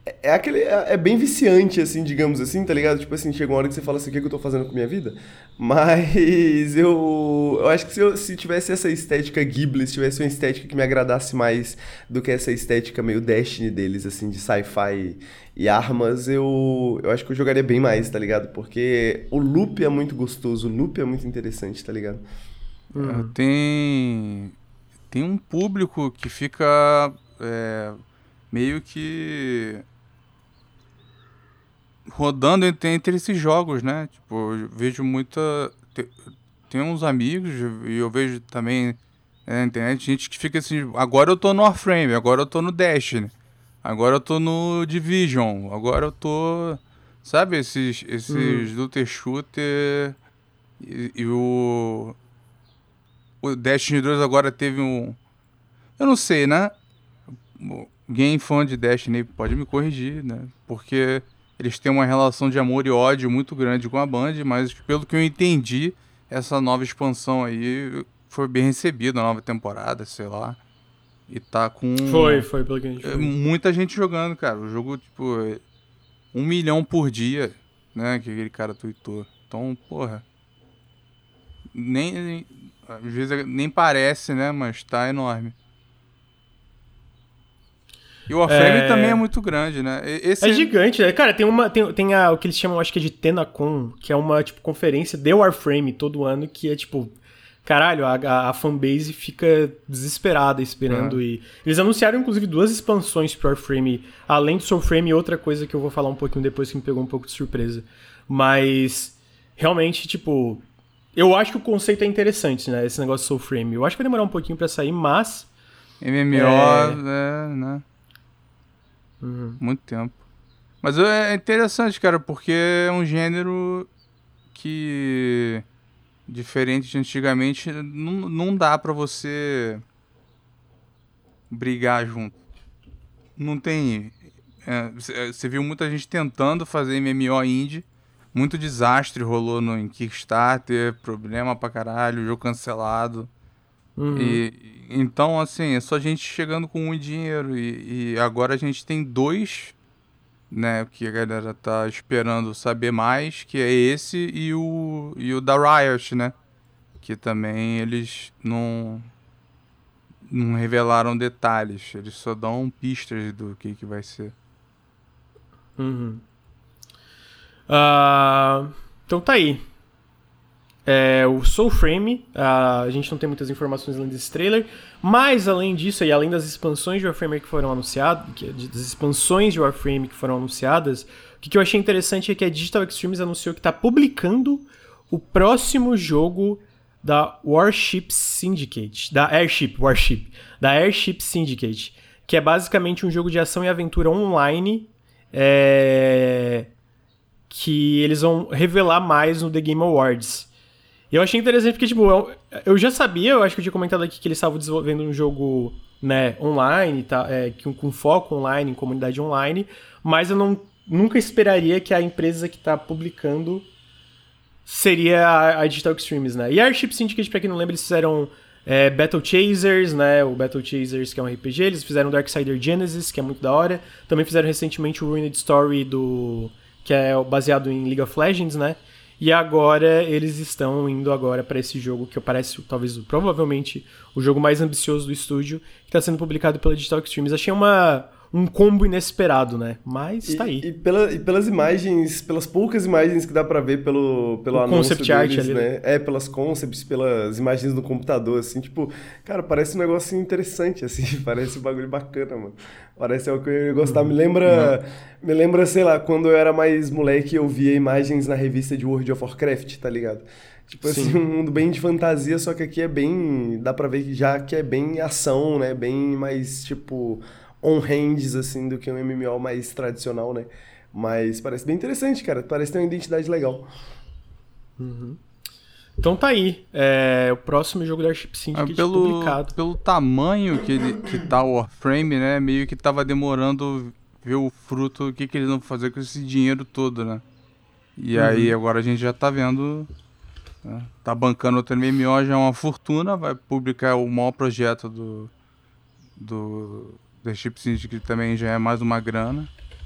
É, aquele, é, é bem viciante, assim, digamos assim, tá ligado? Tipo assim, chega uma hora que você fala assim, o que, que eu tô fazendo com minha vida? Mas eu, eu acho que se, eu, se tivesse essa estética Ghibli, se tivesse uma estética que me agradasse mais do que essa estética meio Destiny deles, assim, de sci-fi e armas, eu, eu acho que eu jogaria bem mais, tá ligado? Porque o loop é muito gostoso, o loop é muito interessante, tá ligado? Uhum. Tem, tem um público que fica é, meio que rodando entre, entre esses jogos, né? Tipo, eu vejo muita... Te, tem uns amigos, e eu vejo também é, na internet, gente que fica assim, agora eu tô no Warframe, agora eu tô no Destiny, agora eu tô no Division, agora eu tô... Sabe, esses, esses hum. looter shooter e, e o... O Destiny dois agora teve um... Eu não sei, né? Quem fã de Destiny pode me corrigir, né? Porque... Eles têm uma relação de amor e ódio muito grande com a Band, mas pelo que eu entendi, essa nova expansão aí foi bem recebida, a nova temporada, sei lá. E tá com... Foi, foi pelo que a gente viu. Muita gente jogando, cara. O jogo, tipo, um milhão por dia, né, que aquele cara tweetou. Então, porra... Nem... Às vezes nem parece, né, mas tá enorme. E o Warframe é... também é muito grande, né? Esse... É gigante, né? Cara, tem, uma, tem, tem a, o que eles chamam, acho que é de Tenacon, que é uma, tipo, conferência de Warframe todo ano, que é, tipo... Caralho, a, a, a fanbase fica desesperada esperando. É. E eles anunciaram, inclusive, duas expansões pro Warframe, além do Soulframe e outra coisa que eu vou falar um pouquinho depois, que me pegou um pouco de surpresa. Mas, realmente, tipo... Eu acho que o conceito é interessante, né? Esse negócio de Soulframe. Eu acho que vai demorar um pouquinho pra sair, mas... M M O, é, é né? Uhum. Muito tempo. Mas é interessante, cara, porque é um gênero que, diferente de antigamente, não, não dá pra você brigar junto. Não tem... É, você viu muita gente tentando fazer M M O indie, muito desastre rolou no, em Kickstarter, problema pra caralho, jogo cancelado. Uhum. E, então, assim, é só gente chegando com muito dinheiro. E, e agora a gente tem dois, né, que a galera tá esperando saber mais, que é esse e o, e o da Riot, né? Que também eles não, não revelaram detalhes. Eles só dão pistas do que, que vai ser. Uhum. Uh, então tá aí. É, o Soulframe, uh, a gente não tem muitas informações além desse trailer, mas além disso, e além das expansões de Warframe que foram anunciadas, que, das expansões de Warframe que foram anunciadas, o que, que eu achei interessante é que a Digital Extremes anunciou que está publicando o próximo jogo da Warship Syndicate, da Airship, Warship, da Airship Syndicate, que é basicamente um jogo de ação e aventura online, é, que eles vão revelar mais no The Game Awards. E eu achei interessante porque, tipo, eu, eu já sabia, eu acho que eu tinha comentado aqui que eles estavam desenvolvendo um jogo, né, online, tá, é, com, com foco online, em comunidade online, mas eu não, nunca esperaria que a empresa que está publicando seria a, a Digital Extremes, né? E a Airship Syndicate, pra quem não lembra, eles fizeram é, Battle Chasers, né, o Battle Chasers, que é um R P G, eles fizeram Darksider Genesis, que é muito da hora, também fizeram recentemente o Ruined Story, do, que é baseado em League of Legends, né? E agora eles estão indo agora para esse jogo que parece, talvez, provavelmente, o jogo mais ambicioso do estúdio, que está sendo publicado pela Digital Extremes. Achei uma, um combo inesperado, né? Mas e, tá aí. E, pela, e pelas imagens, pelas poucas imagens que dá para ver pelo, pelo o anúncio concept art deles, ali, né? É, pelas concepts, pelas imagens no computador, assim, tipo... Cara, parece um negócio interessante, assim, parece um bagulho bacana, mano. Parece algo que eu ia gostar. Uhum. Me lembra, uhum. me lembra, sei lá, quando eu era mais moleque, eu via imagens na revista de World of Warcraft, tá ligado? Tipo Sim. assim, um mundo bem de fantasia, só que aqui é bem... Dá pra ver que já que é bem ação, né? Bem mais, tipo... on-hands, assim, do que um M M O mais tradicional, né? Mas parece bem interessante, cara. Parece ter uma identidade legal. Uhum. Então tá aí. É, o próximo jogo da Airship Syndicate é, pelo, publicado. Pelo tamanho que, ele, que tá o Warframe, né? Meio que tava demorando ver o fruto, o que, que eles vão fazer com esse dinheiro todo, né? E uhum. aí agora a gente já tá vendo... Né? Tá bancando outro M M O, já é uma fortuna. Vai publicar o maior projeto do... do The Chip Syndicate, que também já é mais uma grana.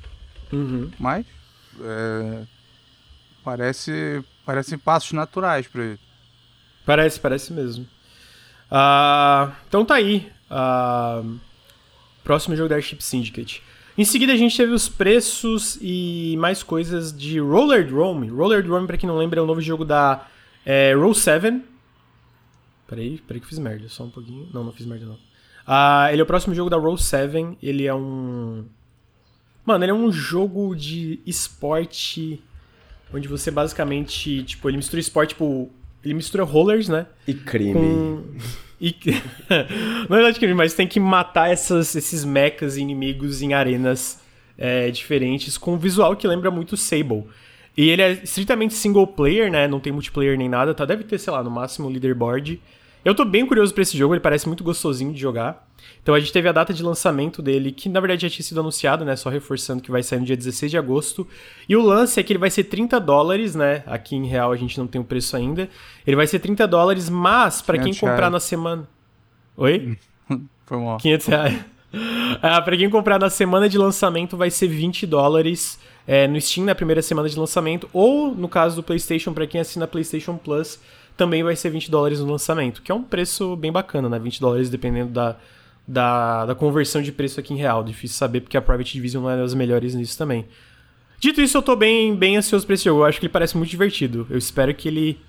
Uhum. Mas é, parece, parecem passos naturais pra ele. Parece, parece mesmo. Uh, então tá aí. Uh, próximo jogo da Airship Syndicate. Em seguida a gente teve os preços e mais coisas de Rollerdrome. Rollerdrome, pra quem não lembra, é o novo jogo da é, Roll sete. Peraí, peraí que eu fiz merda, só um pouquinho. Não, não fiz merda não. Uh, ele é o próximo jogo da Roll sete. Ele é um... Mano, ele é um jogo de esporte onde você basicamente, tipo, ele mistura esporte, tipo... Ele mistura rollers, né? E crime. Com... E... Não é verdade crime, mas tem que matar essas, esses mechas e inimigos em arenas é, diferentes, com um visual que lembra muito Sable. E ele é estritamente single player, né? Não tem multiplayer nem nada, tá? Deve ter, sei lá, no máximo leaderboard. Eu tô bem curioso pra esse jogo, ele parece muito gostosinho de jogar. Então a gente teve a data de lançamento dele, que na verdade já tinha sido anunciado, né? Só reforçando que vai sair no dia dezesseis de agosto. E o lance é que ele vai ser trinta dólares, né? Aqui em real a gente não tem o preço ainda. Ele vai ser trinta dólares, mas pra quem comprar reais. Na semana... Oi? Foi mal. quinhentos reais. Ah, pra quem comprar na semana de lançamento vai ser vinte dólares é, no Steam na primeira semana de lançamento. Ou, no caso do PlayStation, pra quem assina PlayStation Plus, também vai ser vinte dólares no lançamento. Que é um preço bem bacana, né? vinte dólares dependendo da... Da, da conversão de preço aqui em real. Difícil saber porque a Private Division não é das melhores nisso também. Dito isso, eu tô bem, bem ansioso pra esse jogo. Eu acho que ele parece muito divertido. Eu espero que ele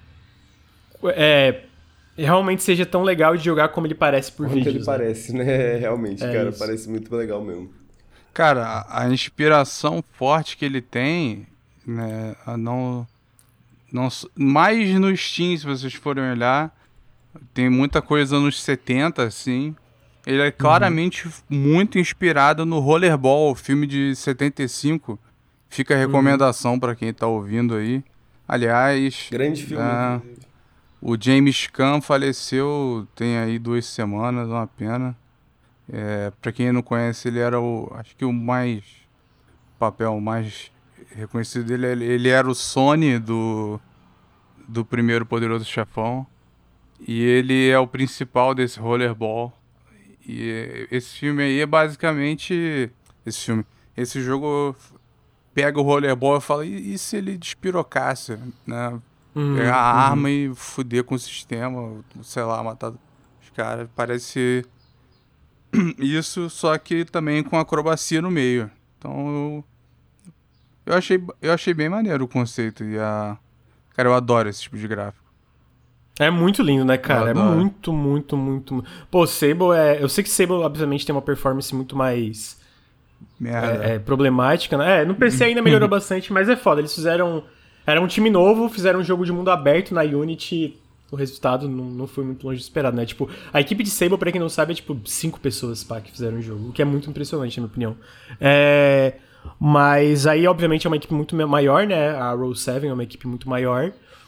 é, realmente seja tão legal de jogar como ele parece por como vídeos. Ele né? parece, né? Realmente, é cara. Isso. Parece muito legal mesmo. Cara, a inspiração forte que ele tem, né? A não, não, mais no Steam, se vocês forem olhar, tem muita coisa nos setenta, assim. Ele é claramente uhum. muito inspirado no Rollerball, filme de setenta e cinco. Fica a recomendação uhum. para quem tá ouvindo aí. Aliás... Grande filme. É, o James Caan faleceu tem aí duas semanas, uma pena. É, para quem não conhece, ele era o... Acho que o mais... O papel mais reconhecido dele, ele, ele era o Sonny do, do primeiro Poderoso Chefão. E ele é o principal desse Rollerball. E esse filme aí é basicamente... Esse filme... Esse jogo pega o rollerball e fala, e, e se ele despirocasse, né? Uhum, Pegar a uhum. arma e fuder com o sistema, sei lá, matar os caras. Parece isso, só que também com acrobacia no meio. Então eu... Eu achei, eu achei bem maneiro o conceito. E a... Cara, eu adoro esse tipo de gráfico. É muito lindo, né, cara? É muito, muito, muito... Pô, Sable é... Eu sei que Sable, obviamente, tem uma performance muito mais... É, é, problemática, né? É, no P C ainda melhorou bastante, mas é foda. Eles fizeram... Era um time novo, fizeram um jogo de mundo aberto na Unity. O resultado não, não foi muito longe de esperado, né? Tipo, a equipe de Sable, pra quem não sabe, é tipo cinco pessoas, pá, que fizeram o jogo. O que é muito impressionante, na minha opinião. É... Mas aí, obviamente, é uma equipe muito maior, né? A Roll sete é uma equipe muito maior.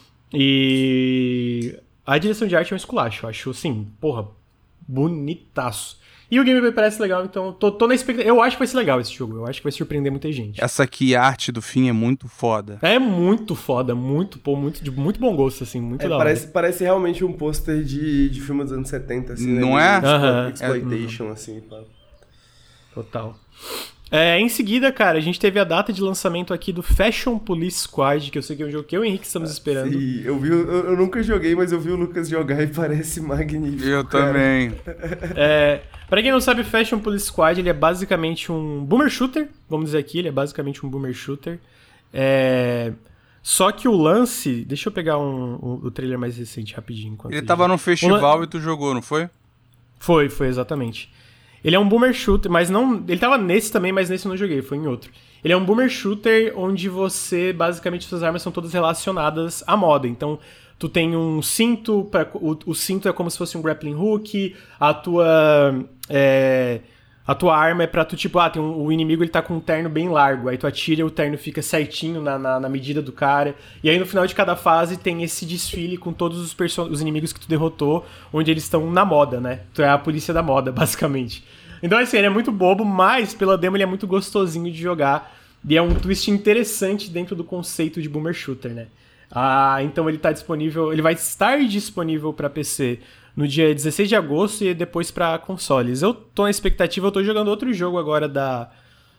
E a direção de arte é um esculacho. Eu acho, assim, porra, bonitaço. E o gameplay parece legal, então tô, tô na expectativa. Eu acho que vai ser legal esse jogo. Eu acho que vai surpreender muita gente. Essa aqui, a arte do fim, é muito foda. É muito foda, muito, pô, muito, de muito bom gosto, assim, muito é, da parece, hora. Parece realmente um pôster de, de filme dos anos setenta, assim, não né? é? Tipo, exploitation, é, assim, pá. Total. É, em seguida, cara, a gente teve a data de lançamento aqui do Fashion Police Squad, que eu sei que é um jogo que eu e o Henrique estamos esperando. Sim, eu vi, eu, eu nunca joguei, mas eu vi o Lucas jogar e parece magnífico. Eu cara. também. É, pra quem não sabe, Fashion Police Squad, ele é basicamente um boomer shooter, vamos dizer aqui, ele é basicamente um boomer shooter. É... Só que o lance... Deixa eu pegar um, um, o trailer mais recente rapidinho. Ele tava já... num festival lan... e tu jogou, não foi? Foi, foi, exatamente. Ele é um boomer shooter, mas não... Ele tava nesse também, mas nesse eu não joguei, foi em outro. Ele é um boomer shooter onde você, basicamente, suas armas são todas relacionadas à moda. Então, tu tem um cinto, pra, o, o cinto é como se fosse um grappling hook, a tua... É, a tua arma é pra tu, tipo, ah, tem um, o inimigo ele tá com um terno bem largo, aí tu atira e o terno fica certinho na, na, na medida do cara. E aí, no final de cada fase, tem esse desfile com todos os, perso- os inimigos que tu derrotou, onde eles estão na moda, né? Tu é a polícia da moda, basicamente. Então, assim, ele é muito bobo, mas pela demo ele é muito gostosinho de jogar. E é um twist interessante dentro do conceito de boomer shooter, né? Ah, então ele tá disponível, ele vai estar disponível para P C no dia dezesseis de agosto e depois para consoles. Eu tô na expectativa, eu tô jogando outro jogo agora da,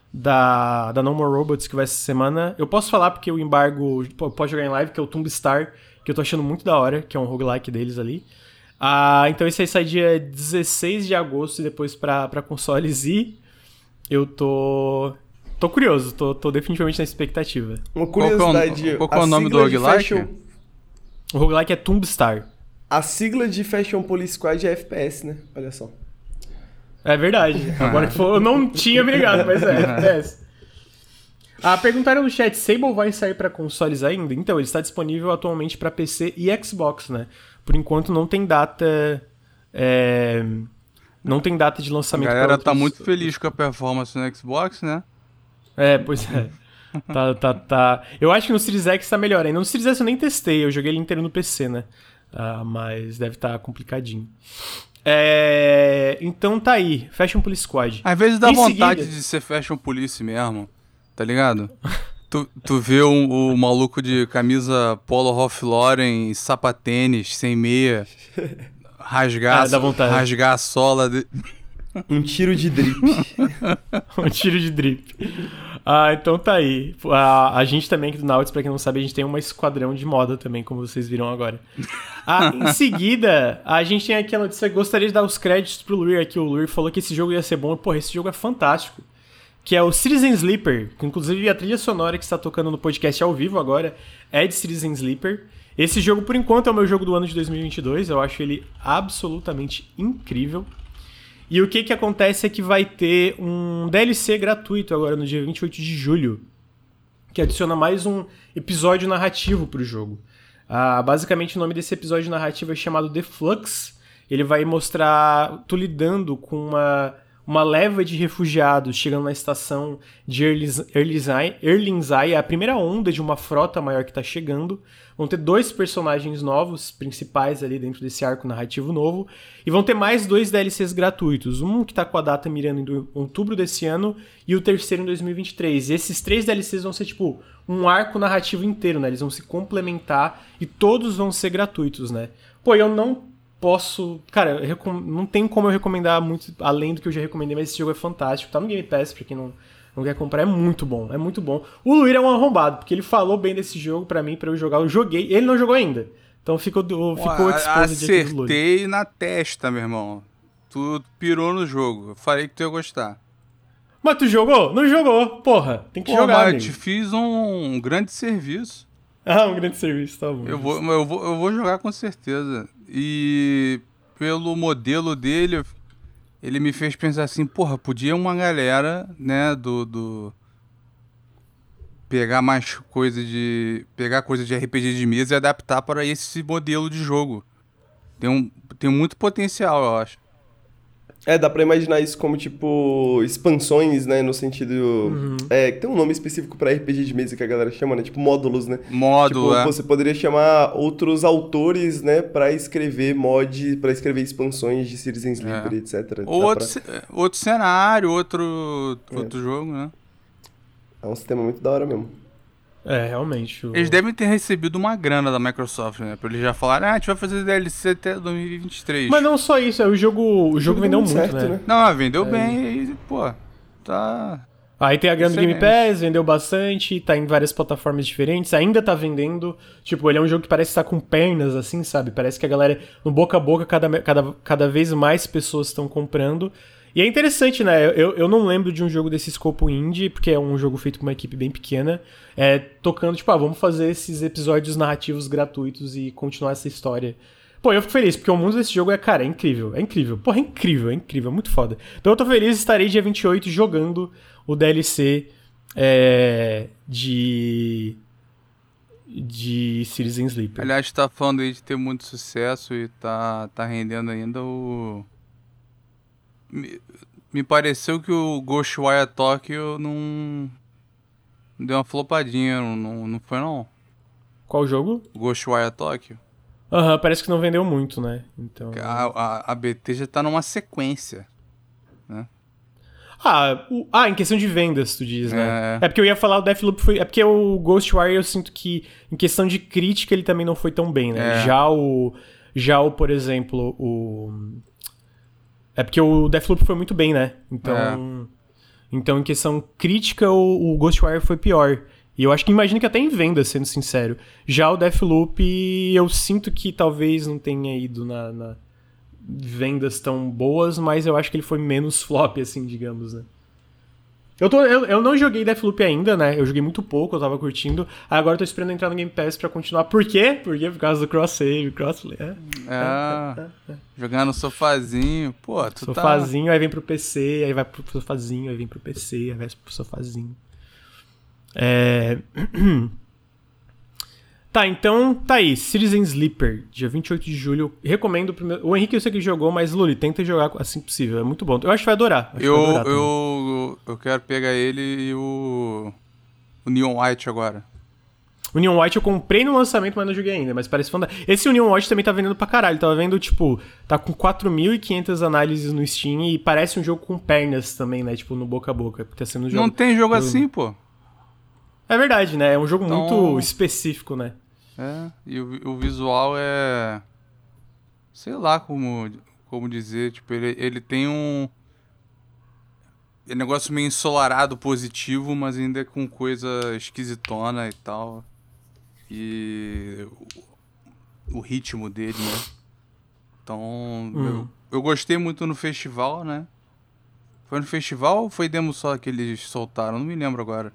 da, da No More Robots, que vai essa semana. Eu posso falar porque o embargo pode jogar em live, que é o Tomb Star, que eu tô achando muito da hora, que é um roguelike deles ali. Ah, então esse aí sai dia dezesseis de agosto e depois pra, pra consoles, e eu tô... Tô curioso, tô, tô definitivamente na expectativa. Uma curiosidade... Qual que é o, qual que é o nome do roguelike? Fashion... O roguelike é Tomb Star. A sigla de Fashion Police Squad é F P S, né? Olha só. É verdade. Agora que for, eu não tinha me ligado, mas é F P S. Ah, perguntaram no chat, Sable vai sair pra consoles ainda? Então, ele está disponível atualmente pra P C e Xbox, né? Por enquanto não tem data... É... Não tem data de lançamento. A galera outros... tá muito feliz com a performance no Xbox, né? É, pois é. tá, tá, tá. Eu acho que no Series X tá melhor ainda. No Series S eu nem testei, eu joguei ele inteiro no P C, né? Ah, mas deve estar tá complicadinho. É... Então tá aí, Fashion Police Squad. Às vezes dá em vontade seguida... de ser Fashion Police mesmo, tá ligado? tu, tu vê o um, um maluco de camisa Polo Ralph Lauren e sapatênis sem meia, rasgar, ah, dá vontade. rasgar a sola... De... Um tiro de drip. um tiro de drip. Ah, então tá aí. A, a gente também aqui do Nautilus, pra quem não sabe, a gente tem uma esquadrão de moda também, como vocês viram agora. Ah, em seguida, a gente tem aqui a notícia. Gostaria de dar os créditos pro Luir aqui. O Luir falou que esse jogo ia ser bom. Porra, esse jogo é fantástico. Que é o Citizen Sleeper. Que inclusive a trilha sonora que está tocando no podcast ao vivo agora é de Citizen Sleeper. Esse jogo, por enquanto, é o meu jogo do ano de dois mil e vinte e dois. Eu acho ele absolutamente incrível. E o que que acontece é que vai ter um D L C gratuito agora no dia vinte e oito de julho, que adiciona mais um episódio narrativo pro jogo. Ah, basicamente o nome desse episódio narrativo é chamado The Flux. Ele vai mostrar tu lidando com uma, uma leva de refugiados chegando na estação de Erlinzai, a primeira onda de uma frota maior que tá chegando. Vão ter dois personagens novos, principais ali dentro desse arco narrativo novo. E vão ter mais dois D L Cs gratuitos. Um que tá com a data mirando em outubro desse ano e o terceiro em dois mil e vinte e três. E esses três D L Cs vão ser tipo um arco narrativo inteiro, né? Eles vão se complementar e todos vão ser gratuitos, né? Pô, eu não posso... Cara, eu recom... não tem como eu recomendar muito além do que eu já recomendei, mas esse jogo é fantástico. Tá no Game Pass, pra quem não... não quer comprar, é muito bom, é muito bom. O Luir é um arrombado, porque ele falou bem desse jogo pra mim, pra eu jogar. Eu joguei, ele não jogou ainda. Então ficou, ficou Pô, exposed aqui do Luir. Acertei na testa, meu irmão. Tu pirou no jogo. Eu falei que tu ia gostar. Mas tu jogou? Não jogou, porra. Tem que Pô, jogar, mas amigo. eu te fiz um grande serviço. Ah, um grande serviço, tá bom. Eu vou, eu vou, eu vou jogar com certeza. E pelo modelo dele... Ele me fez pensar assim, porra, podia uma galera, né, do, do... pegar mais coisa de... pegar coisa de R P G de mesa e adaptar para esse modelo de jogo. Tem, um, tem muito potencial, eu acho. É, dá pra imaginar isso como, tipo, expansões, né, no sentido... Uhum. É, tem um nome específico pra R P G de mesa que a galera chama, né, tipo módulos, né? Módulo, tipo, é. Você poderia chamar outros autores, né, pra escrever mod, pra escrever expansões de Citizen Sleeper, é. etcétera. Ou outro, pra... outro cenário, outro, é. outro jogo, né? É um sistema muito da hora mesmo. É, realmente. O... Eles devem ter recebido uma grana da Microsoft, né? Pra eles já falarem, ah, a gente vai fazer D L C até dois mil e vinte e três. Mas não só isso, é, o jogo, o jogo vendeu muito, certo, né? né? Não, vendeu é. bem e, pô, tá... Aí tem a grana do Game Pass, vendeu bastante, tá em várias plataformas diferentes, ainda tá vendendo. Tipo, ele é um jogo que parece estar com pernas, assim, sabe? Parece que a galera, no boca a boca, cada, cada, cada vez mais pessoas estão comprando. E é interessante, né? Eu, eu não lembro de um jogo desse escopo indie, porque é um jogo feito com uma equipe bem pequena, é, tocando, tipo, ah, vamos fazer esses episódios narrativos gratuitos e continuar essa história. Pô, eu fico feliz, porque o mundo desse jogo é, cara, é incrível, é incrível. Porra, é incrível, é incrível, é muito foda. Então eu tô feliz, estarei dia vinte e oito jogando o D L C é, de... de Citizen Sleeper. Aliás, tá falando aí de ter muito sucesso e tá, tá rendendo ainda o... Me, me pareceu que o Ghostwire Tokyo não... deu uma flopadinha, não, não, não foi não? Qual jogo? Ghostwire Tokyo. Aham, uhum, parece que não vendeu muito, né? Então... A, a, a B T já tá numa sequência, né? Ah, o, ah, em questão de vendas, tu diz, né? É, é porque eu ia falar, o Deathloop foi... É porque o Ghostwire eu sinto que, em questão de crítica, ele também não foi tão bem, né? É. Já o... Já o, por exemplo, o... É porque o Deathloop foi muito bem, né? Então... É. Então, em questão crítica, o, o Ghostwire foi pior. E eu acho que imagino que até em venda, sendo sincero. Já o Deathloop, eu sinto que talvez não tenha ido na, na vendas tão boas, mas eu acho que ele foi menos flop, assim, digamos, né? Eu, tô, eu, eu não joguei Deathloop ainda, né? Eu joguei muito pouco, eu tava curtindo. Agora eu tô esperando entrar no Game Pass pra continuar. Por quê? Porque por causa do cross-save, crossplay. É, ah, é, é, é. Jogar no sofazinho. Pô, tu sofazinho, tá... aí vem pro P C, aí vai pro sofazinho, aí vem pro P C, aí vai pro sofazinho. É... Tá, então tá aí. Citizen Sleeper, dia vinte e oito de julho. Recomendo o primeiro. O Henrique eu sei que jogou, mas Luli, tenta jogar assim possível. É muito bom. Eu acho que vai adorar. Acho eu, vai adorar eu, eu quero pegar ele e o. O Neon White agora. O Neon White eu comprei no lançamento, mas não joguei ainda. Mas parece fã. Esse Neon White também tá vendendo pra caralho. Tava vendo, tipo, tá com quatro mil e quinhentas análises no Steam e parece um jogo com pernas também, né? Tipo, no boca a boca. Tá sendo um jogo. Não tem jogo do... assim, pô. É verdade, né? É um jogo então... muito específico, né? É, e o, o visual é... Sei lá como, como dizer, tipo, ele, ele tem um... É um negócio meio ensolarado, positivo, mas ainda com coisa esquisitona e tal. E... O, o ritmo dele, né? Então, hum. eu, eu gostei muito no festival, né? Foi no festival ou foi demo só que eles soltaram? Não me lembro agora.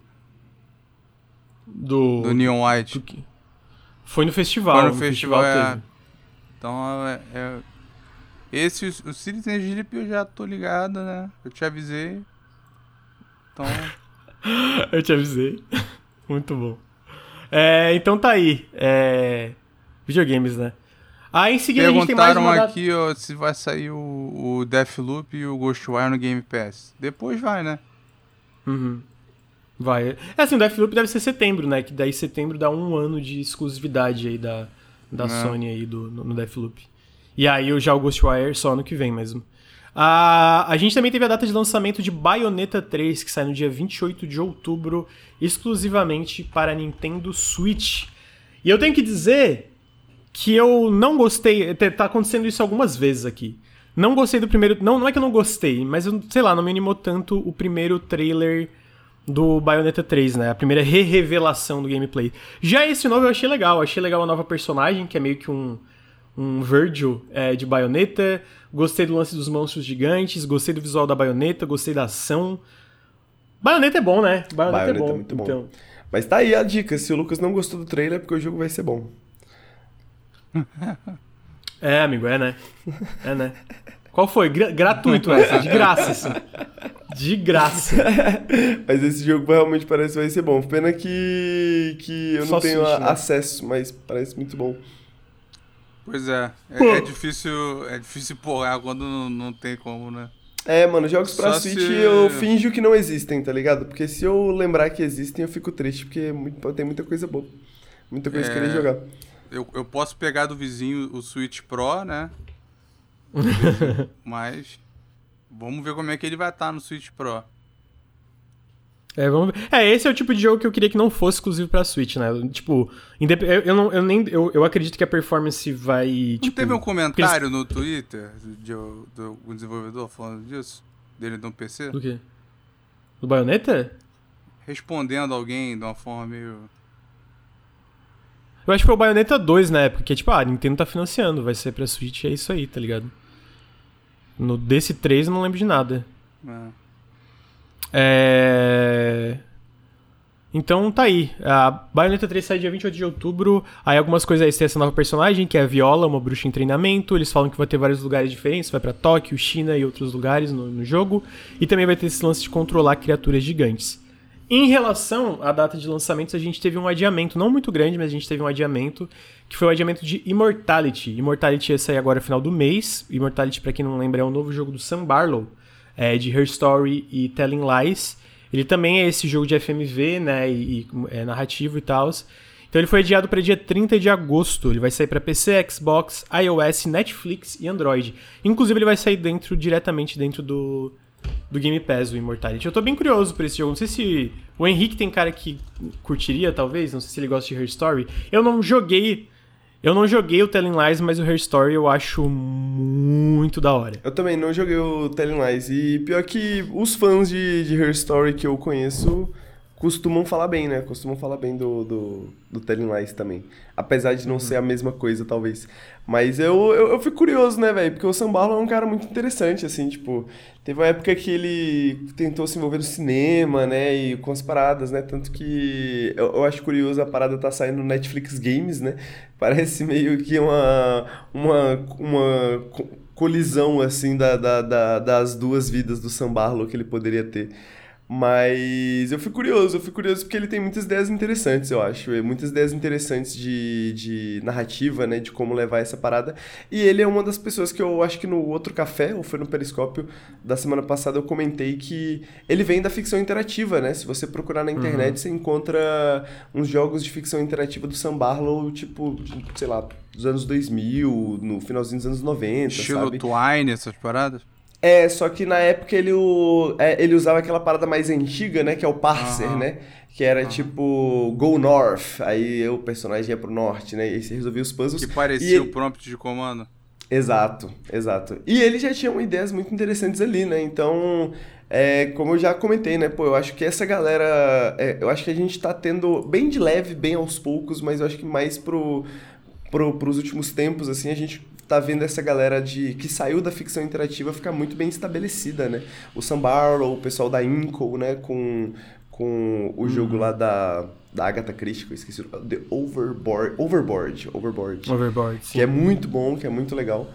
Do, do Neon White. Do, foi no festival. Foi no, no festival, festival é. teve. Então, é, é... Esse, o Citizen Sleep eu já tô ligado, né? Eu te avisei. Então... eu te avisei. Muito bom. É, então tá aí. É... Videogames, né? Aí em seguida a gente tem mais uma... Perguntaram aqui, ó, se vai sair o, o Deathloop e o Ghostwire no Game Pass. Depois vai, né? Uhum. Vai. É assim, o Deathloop deve ser setembro, né? Que daí setembro dá um ano de exclusividade aí da, da Sony aí do, no, no Deathloop. E aí já o Ghostwire só ano que vem mesmo. A, a gente também teve a data de lançamento de Bayonetta três, que sai no dia vinte e oito de outubro, exclusivamente para Nintendo Switch. E eu tenho que dizer que eu não gostei... Tá acontecendo isso algumas vezes aqui. Não gostei do primeiro... Não, não é que eu não gostei, mas eu, sei lá, não me animou tanto o primeiro trailer... do Bayonetta três, né? A primeira re-revelação do gameplay. Já esse novo eu achei legal. Achei legal a nova personagem, que é meio que um, um Virgil é, de Bayonetta. Gostei do lance dos monstros gigantes. Gostei do visual da Bayonetta. Gostei da ação. Bayonetta é bom, né? Bayonetta, Bayonetta é bom. É muito bom. Então... Mas tá aí a dica. Se o Lucas não gostou do trailer, é porque o jogo vai ser bom. É, amigo, é, né? É, né? Qual foi? Gra- gratuito essa. De graça, assim. De graça. Mas esse jogo realmente parece que vai ser bom. Pena que, que eu Só não tenho Switch, a, né? acesso, mas parece muito bom. Pois é. É, é difícil é difícil empurrar quando não, não tem como, né? É, mano, jogos pra Só Switch se... eu finjo que não existem, tá ligado? Porque se eu lembrar que existem, eu fico triste, porque muito, tem muita coisa boa. Muita coisa é... que querer jogar. Eu, eu posso pegar do vizinho o Switch Pro, né? Mas... Vamos ver como é que ele vai estar no Switch Pro. É, vamos ver. É, esse é o tipo de jogo que eu queria que não fosse exclusivo pra Switch, né? Tipo, indep... eu, eu, não, eu, nem, eu, eu acredito que a performance vai... Não tipo, teve um comentário eles... no Twitter de, do, do desenvolvedor falando disso? Dele no P C? Do quê? Do Bayonetta? Respondendo alguém de uma forma meio... Eu acho que foi o Bayonetta dois na época, que é tipo, ah, a Nintendo tá financiando, vai ser pra Switch, é isso aí, tá ligado? No desse três eu não lembro de nada. É. É... Então tá aí. A Bayonetta três sai dia vinte e oito de outubro. Aí algumas coisas aí, tem essa nova personagem, que é a Viola, uma bruxa em treinamento. Eles falam que vai ter vários lugares diferentes. Vai pra Tóquio, China e outros lugares no, no jogo. E também vai ter esse lance de controlar criaturas gigantes. Em relação à data de lançamentos, a gente teve um adiamento, não muito grande, mas a gente teve um adiamento, que foi o adiamento de Immortality. Immortality ia sair agora no final do mês. Immortality, pra quem não lembra, é um novo jogo do Sam Barlow, é, de Her Story e Telling Lies. Ele também é esse jogo de F M V, né, e, e é narrativo e tal. Então ele foi adiado para dia trinta de agosto. Ele vai sair para P C, Xbox, iOS, Netflix e Android. Inclusive ele vai sair dentro, diretamente dentro do... do Game Pass, o Immortality. Eu tô bem curioso por esse jogo. Não sei se o Henrique tem cara que curtiria, talvez. Não sei se ele gosta de Her Story. Eu não joguei... Eu não joguei o Telling Lies, mas o Her Story eu acho muito da hora. Eu também não joguei o Telling Lies. E pior que os fãs de, de Her Story que eu conheço costumam falar bem, né? Costumam falar bem do, do, do Telling Lies também. Apesar de não uhum. ser a mesma coisa, talvez. Mas eu, eu, eu fico curioso, né, velho? Porque o Sam Barlow é um cara muito interessante, assim, tipo... Teve uma época que ele tentou se envolver no cinema, né? E com as paradas, né? Tanto que eu, eu acho curioso a parada tá saindo no Netflix Games, né? Parece meio que uma... uma, uma colisão, assim, da, da, da, das duas vidas do Sam Barlow que ele poderia ter. Mas eu fico curioso, eu fico curioso porque ele tem muitas ideias interessantes, eu acho. Muitas ideias interessantes de, de narrativa, né? De como levar essa parada. E ele é uma das pessoas que eu acho que no outro café, ou foi no Periscópio da semana passada, eu comentei que ele vem da ficção interativa, né? Se você procurar na internet, uhum. você encontra uns jogos de ficção interativa do Sam Barlow, tipo, sei lá, dos anos dois mil, no finalzinho dos anos noventa, Estilo sabe? Twine, essas paradas? É, só que na época ele, o, é, ele usava aquela parada mais antiga, né? Que é o parser, uhum. né? Que era uhum. tipo, go north. Aí o personagem ia pro norte, né? E aí você resolvia os puzzles. Que parecia ele... o prompt de comando. Exato, exato. E ele já tinha ideias muito interessantes ali, né? Então, é, como eu já comentei, né? Pô, eu acho que essa galera... É, eu acho que a gente tá tendo bem de leve, bem aos poucos, mas eu acho que mais pro, pro, pros últimos tempos, assim, a gente... tá vendo essa galera de que saiu da ficção interativa ficar muito bem estabelecida, né? O Sam Barlow, o pessoal da Inco, né? Com, com o jogo uhum. lá da, da Agatha Christie, eu esqueci o nome, The Overboard, Overboard, Overboard. Overboard, sim. Que é muito bom, que é muito legal.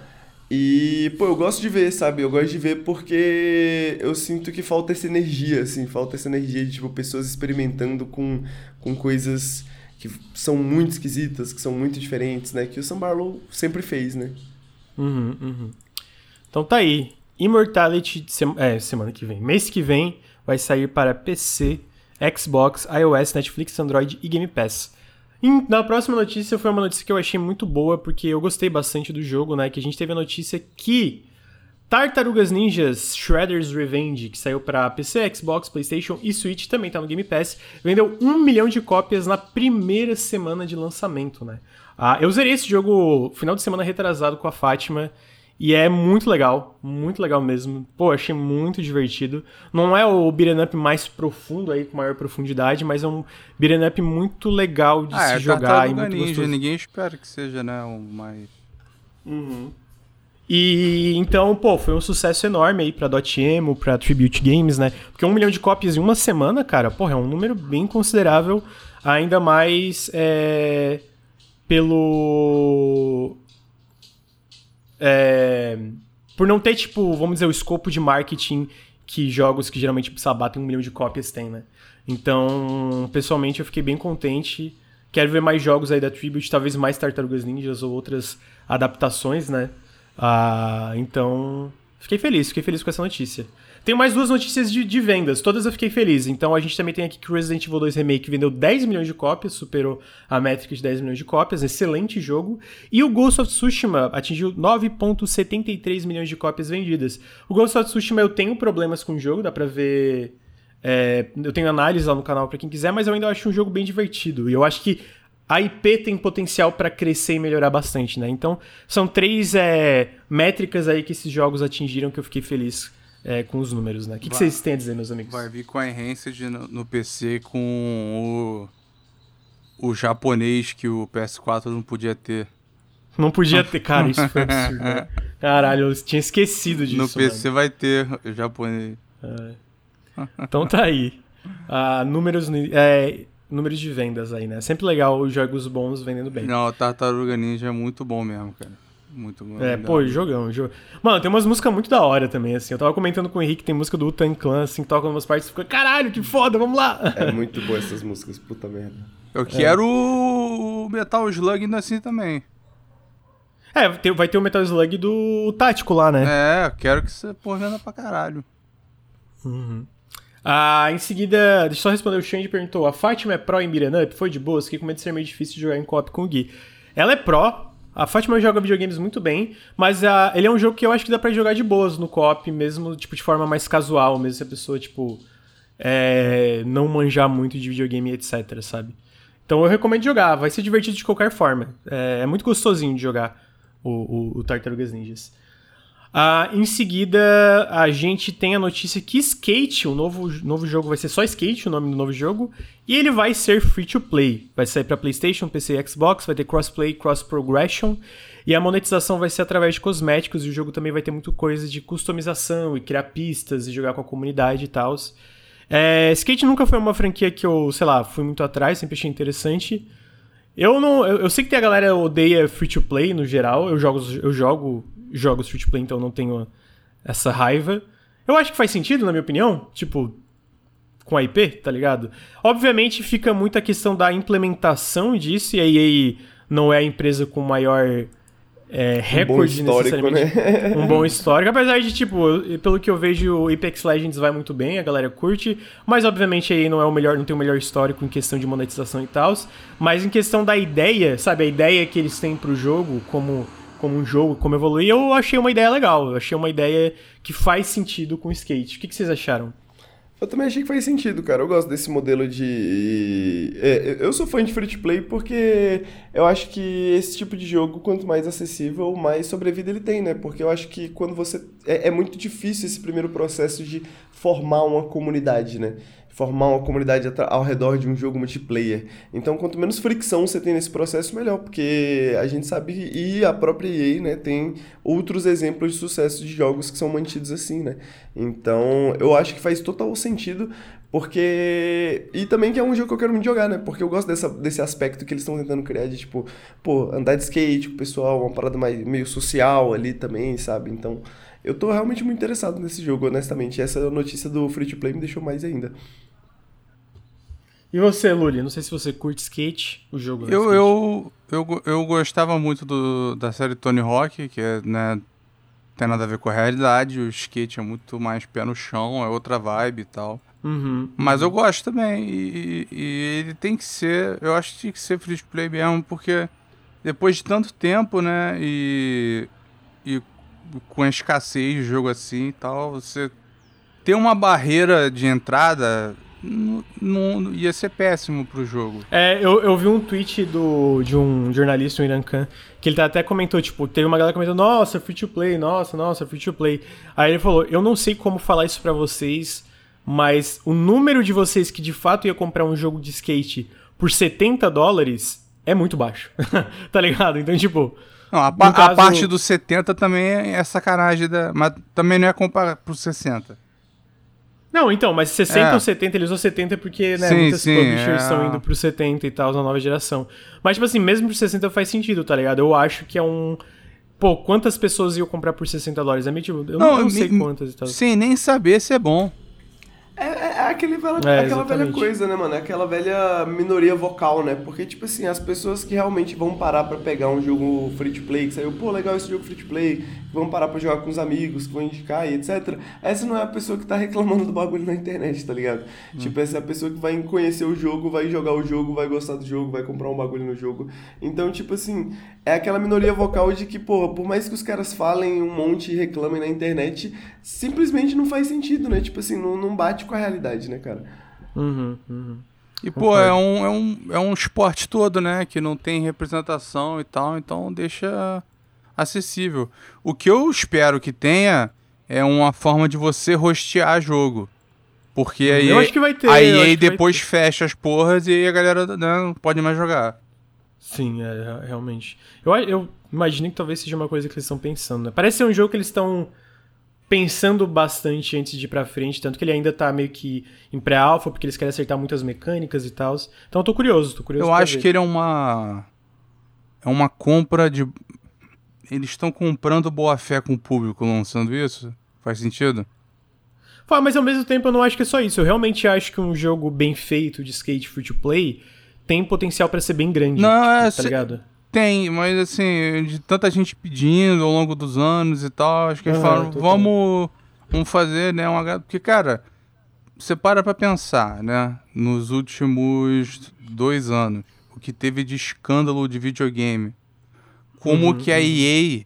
E, pô, eu gosto de ver, sabe? Eu gosto de ver porque eu sinto que falta essa energia, assim, falta essa energia de, tipo, pessoas experimentando com, com coisas... que são muito esquisitas, que são muito diferentes, né? Que o Sam Barlow sempre fez, né? Uhum, uhum. Então tá aí. Immortality, sema- é, semana que vem. Mês que vem vai sair para P C, Xbox, iOS, Netflix, Android e Game Pass. E na próxima notícia foi uma notícia que eu achei muito boa, porque eu gostei bastante do jogo, né? Que a gente teve a notícia que Tartarugas Ninjas Shredder's Revenge, que saiu para P C, Xbox, PlayStation e Switch, também tá no Game Pass, vendeu um milhão de cópias na primeira semana de lançamento, né? Ah, eu zerei esse jogo final de semana retrasado com a Fátima e é muito legal, muito legal mesmo. Pô, achei muito divertido. Não é o beat'em up mais profundo aí, com maior profundidade, mas é um beat'em up muito legal de ah, se é jogar e muito Ninja, gostoso. Ninguém espera que seja, né, o mais... Uhum. E então, pô, foi um sucesso enorme aí pra Dotemu, pra Tribute Games, né? Porque um milhão de cópias em uma semana, cara, porra, é um número bem considerável, ainda mais é, pelo... É, por não ter, tipo, vamos dizer, o escopo de marketing que jogos que geralmente, sabe, batem um milhão de cópias têm, né? Então, pessoalmente, eu fiquei bem contente. Quero ver mais jogos aí da Tribute, talvez mais Tartarugas Ninjas ou outras adaptações, né? Ah, então, fiquei feliz, fiquei feliz com essa notícia. Tenho mais duas notícias de, de vendas, todas eu fiquei feliz. Então a gente também tem aqui que o Resident Evil dois Remake vendeu dez milhões de cópias, superou a métrica de dez milhões de cópias, excelente jogo. E o Ghost of Tsushima atingiu nove vírgula setenta e três milhões de cópias vendidas. O Ghost of Tsushima eu tenho problemas com o jogo, dá pra ver... É, eu tenho análise lá no canal pra quem quiser, mas eu ainda acho um jogo bem divertido. E eu acho que a I P tem potencial para crescer e melhorar bastante, né? Então, são três é, métricas aí que esses jogos atingiram que eu fiquei feliz é, com os números, né? O que, que vocês têm a dizer, meus amigos? Vai vir com a Enhanced no, no P C com o, o japonês que o P S quatro não podia ter. Não podia ter, cara, isso foi absurdo, né? Caralho, eu tinha esquecido disso, no P C mano. vai ter o japonês. É. Então tá aí. Ah, números... É, números de vendas aí, né? Sempre legal os jogos bons vendendo bem. Não, Tartaruga Ninja é muito bom mesmo, cara. Muito bom. É, pô, jogão, jogão. Mano, tem umas músicas muito da hora também, assim. Eu tava comentando com o Henrique, tem música do Wu-Tang Clan, assim, que toca em umas partes e fica, caralho, que foda, vamos lá! É muito boa essas músicas, puta merda. Eu quero é. o Metal Slug ainda assim também. É, vai ter o Metal Slug do Tático lá, né? É, eu quero que você porra venda pra caralho. Uhum. Ah, em seguida, deixa eu só responder, o Xande perguntou, a Fátima é pró em beat'em up? Foi de boa, fiquei com medo de ser meio difícil de jogar em co-op com o Gui. Ela é pró, a Fátima joga videogames muito bem, mas ah, ele é um jogo que eu acho que dá pra jogar de boas no co-op, mesmo tipo, de forma mais casual, mesmo se a pessoa, tipo, é, não manjar muito de videogame, etc, sabe? Então eu recomendo jogar, vai ser divertido de qualquer forma. É, é muito gostosinho de jogar o, o, o Tartarugas Ninjas. Ah, em seguida, a gente tem a notícia que Skate, o novo, novo jogo, vai ser só Skate, o nome do novo jogo, e ele vai ser free to play. Vai sair para PlayStation, P C e Xbox, vai ter crossplay, cross progression, e a monetização vai ser através de cosméticos, e o jogo também vai ter muito coisa de customização e criar pistas e jogar com a comunidade e tal. É, Skate nunca foi uma franquia que eu, sei lá, fui muito atrás, sempre achei interessante. Eu não, eu, eu sei que tem a galera que odeia free to play no geral, eu jogo, eu jogo jogos free to play, então não tenho essa raiva. Eu acho que faz sentido, na minha opinião, tipo, com a I P, tá ligado? Obviamente fica muito a questão da implementação disso, e a E A não é a empresa com maior é, recorde, um bom histórico, necessariamente. Né? Um bom histórico, apesar de, tipo, pelo que eu vejo, o Apex Legends vai muito bem, a galera curte, mas obviamente a E A não é o melhor, não tem o melhor histórico em questão de monetização e tal, mas em questão da ideia, sabe, a ideia que eles têm pro jogo, como, como um jogo, como evoluir, eu achei uma ideia legal, eu achei uma ideia que faz sentido com o skate. O que, que vocês acharam? Eu também achei que faz sentido, cara. Eu gosto desse modelo de... É, eu sou fã de free-to-play porque eu acho que esse tipo de jogo, quanto mais acessível, mais sobrevida ele tem, né? Porque eu acho que quando você... É, é muito difícil esse primeiro processo de formar uma comunidade, né? Formar uma comunidade ao redor de um jogo multiplayer. Então, quanto menos fricção você tem nesse processo, melhor. Porque a gente sabe, e a própria E A, né, tem outros exemplos de sucesso de jogos que são mantidos assim, né? Então, eu acho que faz total sentido, porque... E também que é um jogo que eu quero muito jogar, né? Porque eu gosto dessa, desse aspecto que eles estão tentando criar de, tipo, pô, andar de skate com o pessoal, uma parada mais, meio social ali também, sabe? Então, eu tô realmente muito interessado nesse jogo, honestamente. Essa notícia do Free to Play me deixou mais ainda. E você, Luli? Não sei se você curte skate, o jogo. Eu, skate. eu, eu, eu gostava muito do, da série Tony Hawk, que é, né, tem nada a ver com a realidade. O skate é muito mais pé no chão, é outra vibe e tal. Uhum, Mas uhum. eu gosto também. E, e ele tem que ser... Eu acho que tem que ser free to play mesmo, porque depois de tanto tempo, né, e, e com a escassez de jogo assim e tal, você ter uma barreira de entrada... Não, não ia ser péssimo pro jogo. É, eu, eu vi um tweet do, de um jornalista, o Irã Khan, que ele até comentou, tipo, teve uma galera comentando, nossa, free to play, nossa, nossa, free to play. Aí ele falou, eu não sei como falar isso pra vocês, mas o número de vocês que de fato ia comprar um jogo de skate por setenta dólares é muito baixo. Tá ligado? Então, tipo... Não, a, pa- caso... a parte dos setenta também é sacanagem, da... mas também não é comparar pro sessenta. Não, então, mas sessenta é. ou setenta, ele usou setenta porque, né, sim, muitas sim, publishers é. estão indo pro setenta e tal, na nova geração. Mas, tipo assim, mesmo por sessenta faz sentido, tá ligado? Eu acho que é um... Pô, quantas pessoas iam comprar por sessenta dólares? É meio, tipo, eu não, não, não sei me, quantas e tal. Sem nem saber se é bom. É, é, é, aquele velha, é aquela velha coisa, né, mano? É aquela velha minoria vocal, né? Porque, tipo assim, as pessoas que realmente vão parar pra pegar um jogo free to play, que saiu, pô, legal esse jogo free to play, que vão parar pra jogar com os amigos, que vão indicar e etcétera. Essa não é a pessoa que tá reclamando do bagulho na internet, tá ligado? Hum. Tipo, essa é a pessoa que vai conhecer o jogo, vai jogar o jogo, vai gostar do jogo, vai comprar um bagulho no jogo. Então, tipo assim, é aquela minoria vocal de que, pô, por mais que os caras falem um monte e reclamem na internet, simplesmente não faz sentido, né? Tipo assim, não, não bate com a realidade, né, cara? Uhum, uhum. E, pô, é um, é, um, é um esporte todo, né? Que não tem representação e tal, então deixa acessível. O que eu espero que tenha é uma forma de você hostear jogo. Porque aí eu acho que vai ter, a E A depois fecha as porras e a galera, né, não pode mais jogar. Sim, é, realmente. Eu, eu imagino que talvez seja uma coisa que eles estão pensando, né? Parece ser um jogo que eles estão pensando bastante antes de ir pra frente, tanto que ele ainda tá meio que em pré-alpha, porque eles querem acertar muitas mecânicas e tal. Então eu tô curioso, tô curioso Eu acho ver. que ele é uma... É uma compra de... Eles estão comprando boa-fé com o público lançando isso? Faz sentido? Fala, mas ao mesmo tempo eu não acho que é só isso. Eu realmente acho que um jogo bem feito de skate free-to-play tem potencial pra ser bem grande, não, tipo, é, tá se... ligado? Tem, mas assim, de tanta gente pedindo ao longo dos anos e tal, acho que eles ah, falaram, vamos, vamos fazer, né, uma... Porque, cara, você para pra pensar, né, nos últimos dois anos, o que teve de escândalo de videogame, como uhum, que a uhum. E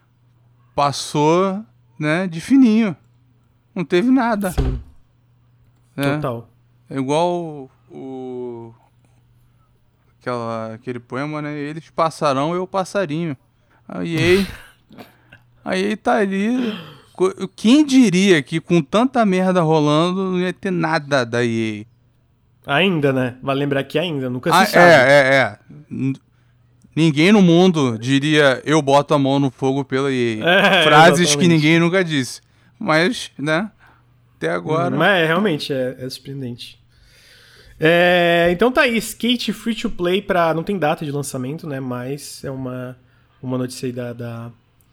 A passou, né, de fininho. Não teve nada. Sim. Né? Total. É igual o... aquela, aquele poema, né? Eles passarão, eu passarinho. A E A, a E A tá ali. Quem diria que com tanta merda rolando não ia ter nada da E A? Ainda, né? Vale lembrar que ainda, nunca ah, se sabe. É, é, é. Ninguém no mundo diria eu boto a mão no fogo pela E A. É, Frases exatamente. Que ninguém nunca disse. Mas, né? Até agora... Hum, mas é, realmente, é, é surpreendente. É, então tá aí, Skate Free to Play pra... Não tem data de lançamento, né? Mas é uma, uma notícia aí da, da,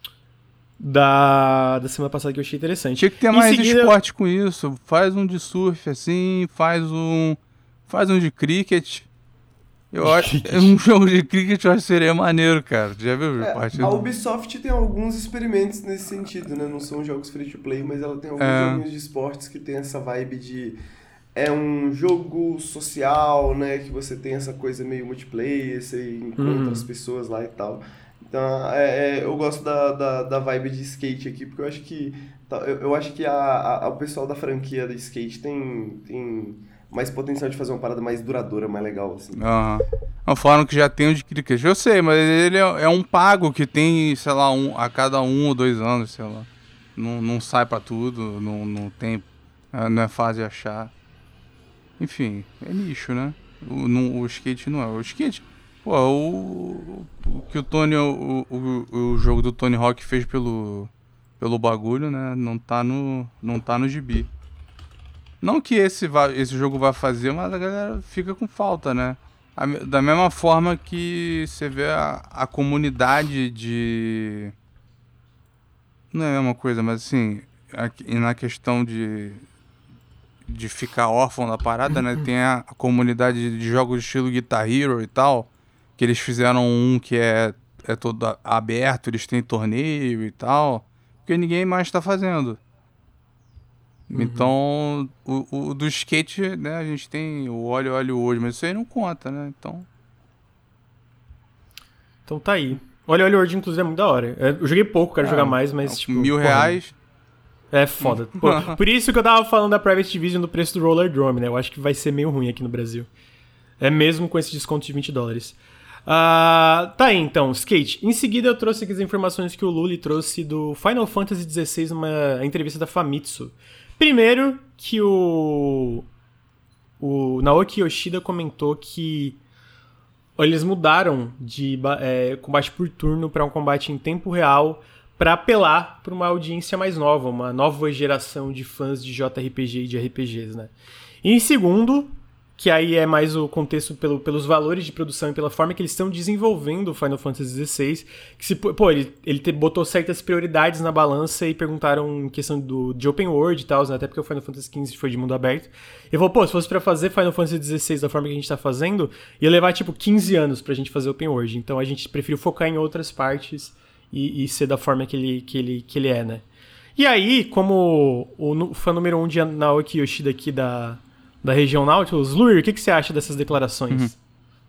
da, da semana passada que eu achei interessante. Tinha que ter em mais seguida... esporte com isso. Faz um de surf, assim, faz um... Faz um de cricket. Eu acho um jogo de cricket eu acho que seria maneiro, cara. Já viu? É, a Ubisoft tem alguns experimentos nesse sentido, né? Não são jogos free to play, mas ela tem alguns é. joguinhos de esportes que tem essa vibe de... É um jogo social, né? Que você tem essa coisa meio multiplayer, você encontra uhum. as pessoas lá e tal. Então, é, é, eu gosto da, da, da vibe de skate aqui, porque eu acho que... Eu, eu acho que a, a, o pessoal da franquia do skate tem... tem mais potencial de fazer uma parada mais duradoura, mais legal, assim. Aham. Uhum. Falaram que já tem o de cricket. Eu sei, mas ele é, é um pago que tem, sei lá, um, a cada um ou dois anos, sei lá. Não, não sai pra tudo, não, não tem... Não é fácil de achar. Enfim, é nicho, né? O, não, o skate não é. O skate... Pô, o, o que o Tony... O, o, o jogo do Tony Hawk fez pelo, pelo bagulho, né? Não tá no, não tá no gibi. Não que esse, vai, esse jogo vai fazer, mas a galera fica com falta, né? A, da mesma forma que você vê a, a comunidade de... Não é a mesma coisa, mas assim... A, na questão de... De ficar órfão da parada, né? Tem a, a comunidade de jogos de estilo Guitar Hero e tal. Que eles fizeram um que é, é todo aberto, eles têm torneio e tal. Porque ninguém mais tá fazendo. Uhum. Então, o, o do skate, né, a gente tem o óleo, óleo hoje, mas isso aí não conta, né? Então, então tá aí. Óleo, óleo hoje, inclusive, é muito da hora. Eu joguei pouco, quero é, jogar mais, mas, tipo... Mil porra, reais... É foda. Pô, por isso que eu tava falando da Private Division do preço do Roller Drome, né? Eu acho que vai ser meio ruim aqui no Brasil. É mesmo com esse desconto de vinte dólares. Uh, tá aí, então, Skate. Em seguida, eu trouxe aqui as informações que o Luli trouxe do Final Fantasy dezesseis numa entrevista da Famitsu. Primeiro, que o, o Naoki Yoshida comentou que eles mudaram de é, combate por turno para um combate em tempo real para apelar para uma audiência mais nova, uma nova geração de fãs de J R P G e de R P Gs, né? E em segundo, que aí é mais o contexto pelo, pelos valores de produção e pela forma que eles estão desenvolvendo o Final Fantasy dezesseis, que se, pô, ele, ele te, botou certas prioridades na balança e perguntaram em questão do, de open world e tal, né, até porque o Final Fantasy quinze foi de mundo aberto. E falou, pô, se fosse pra fazer Final Fantasy dezesseis da forma que a gente tá fazendo, ia levar, tipo, quinze anos pra gente fazer open world. Então a gente preferiu focar em outras partes e, e ser da forma que ele, que, ele, que ele é, né. E aí, como o, o fã número um de Naoki Yoshida aqui da... da região Nautilus, Luir, o que, que você acha dessas declarações? Uhum.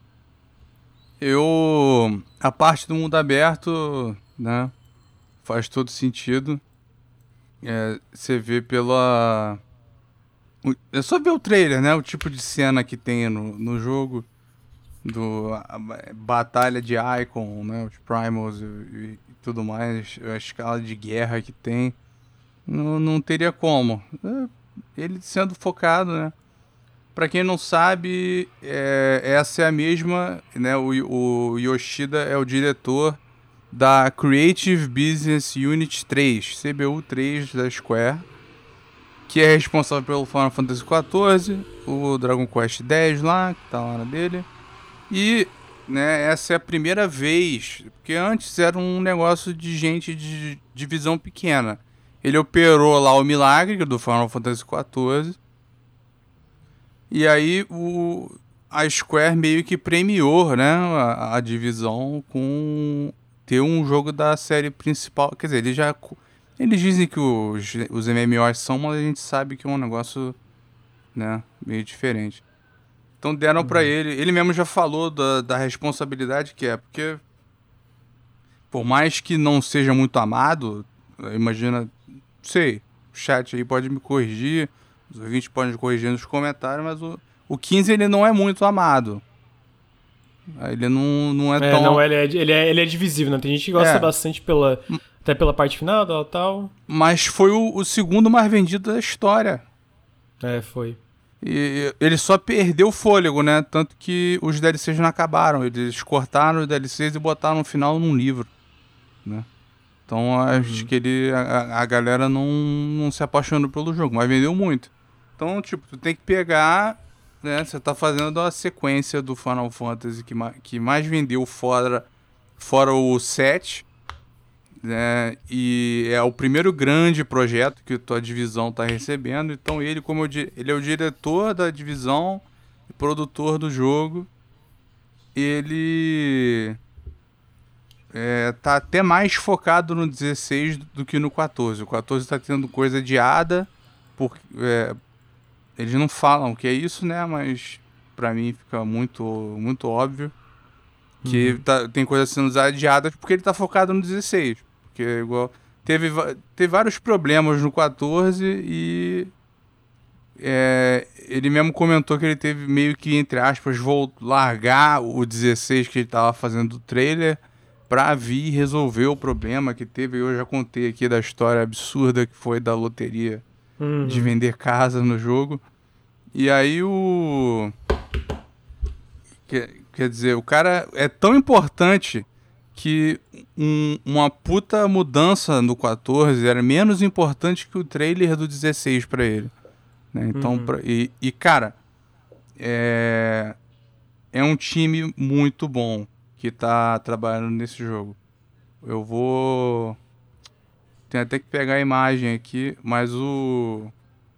Eu... A parte do mundo aberto, né, faz todo sentido. É, você vê pela... É só ver o trailer, né, o tipo de cena que tem no, no jogo, do a, a batalha de Icon, né, os Primals e, e tudo mais, a escala de guerra que tem, não, não teria como. É, ele sendo focado, né. Pra quem não sabe, é, essa é a mesma, né, o, o Yoshida é o diretor da Creative Business Unit três, C B U três da Square, que é responsável pelo Final Fantasy quatorze, o Dragon Quest dez lá, que tá lá na dele, e, né, essa é a primeira vez, porque antes era um negócio de gente de divisão pequena. Ele operou lá o Milagre do Final Fantasy quatorze, e aí o, a Square meio que premiou, né, a, a divisão com ter um jogo da série principal. Quer dizer, eles já eles dizem que os, os M M Os são, mas a gente sabe que é um negócio, né, meio diferente. Então deram uhum. pra ele, ele mesmo já falou da, da responsabilidade que é, porque por mais que não seja muito amado, imagina, não sei, o chat aí pode me corrigir, os ouvintes podem corrigir nos comentários, mas o, o quinze ele não é muito amado. Ele não, não é, é tão... Não, ele é, ele, é, ele é divisível, né? Tem gente que gosta É. bastante pela, até pela parte final, tal, tal. Mas foi o, o segundo mais vendido da história. É, foi. E ele só perdeu o fôlego, né? Tanto que os D L Cs não acabaram. Eles cortaram os D L Cs e botaram no final num livro, né? Então acho uhum. que ele, a, a galera não, não se apaixonou pelo jogo, mas vendeu muito. Então, tipo, tu tem que pegar, né? Você tá fazendo a sequência do Final Fantasy que, ma, que mais vendeu fora, fora o sete, né? E é o primeiro grande projeto que a tua divisão tá recebendo. Então ele, como eu, ele é o diretor da divisão e produtor do jogo. Ele é, tá até mais focado no dezesseis do que no quatorze. O quatorze tá tendo coisa adiada, porque é, eles não falam o que é isso, né? Mas pra mim fica muito, muito óbvio que uhum. tá, tem coisa sendo adiada porque ele tá focado no dezesseis. Porque igual teve, teve vários problemas no quatorze e é, ele mesmo comentou que ele teve meio que, entre aspas, vou largar o dezesseis que ele tava fazendo do trailer pra vir resolver o problema que teve. Eu já contei aqui da história absurda que foi da loteria uhum. de vender casa no jogo. E aí o... Quer, quer dizer, o cara é tão importante que um, uma puta mudança no quatorze era menos importante que o trailer do dezesseis pra ele. Né? Então, uhum. pra, e, e, cara, é, é um time muito bom que tá trabalhando nesse jogo. Eu vou... Tem até que pegar a imagem aqui, mas o...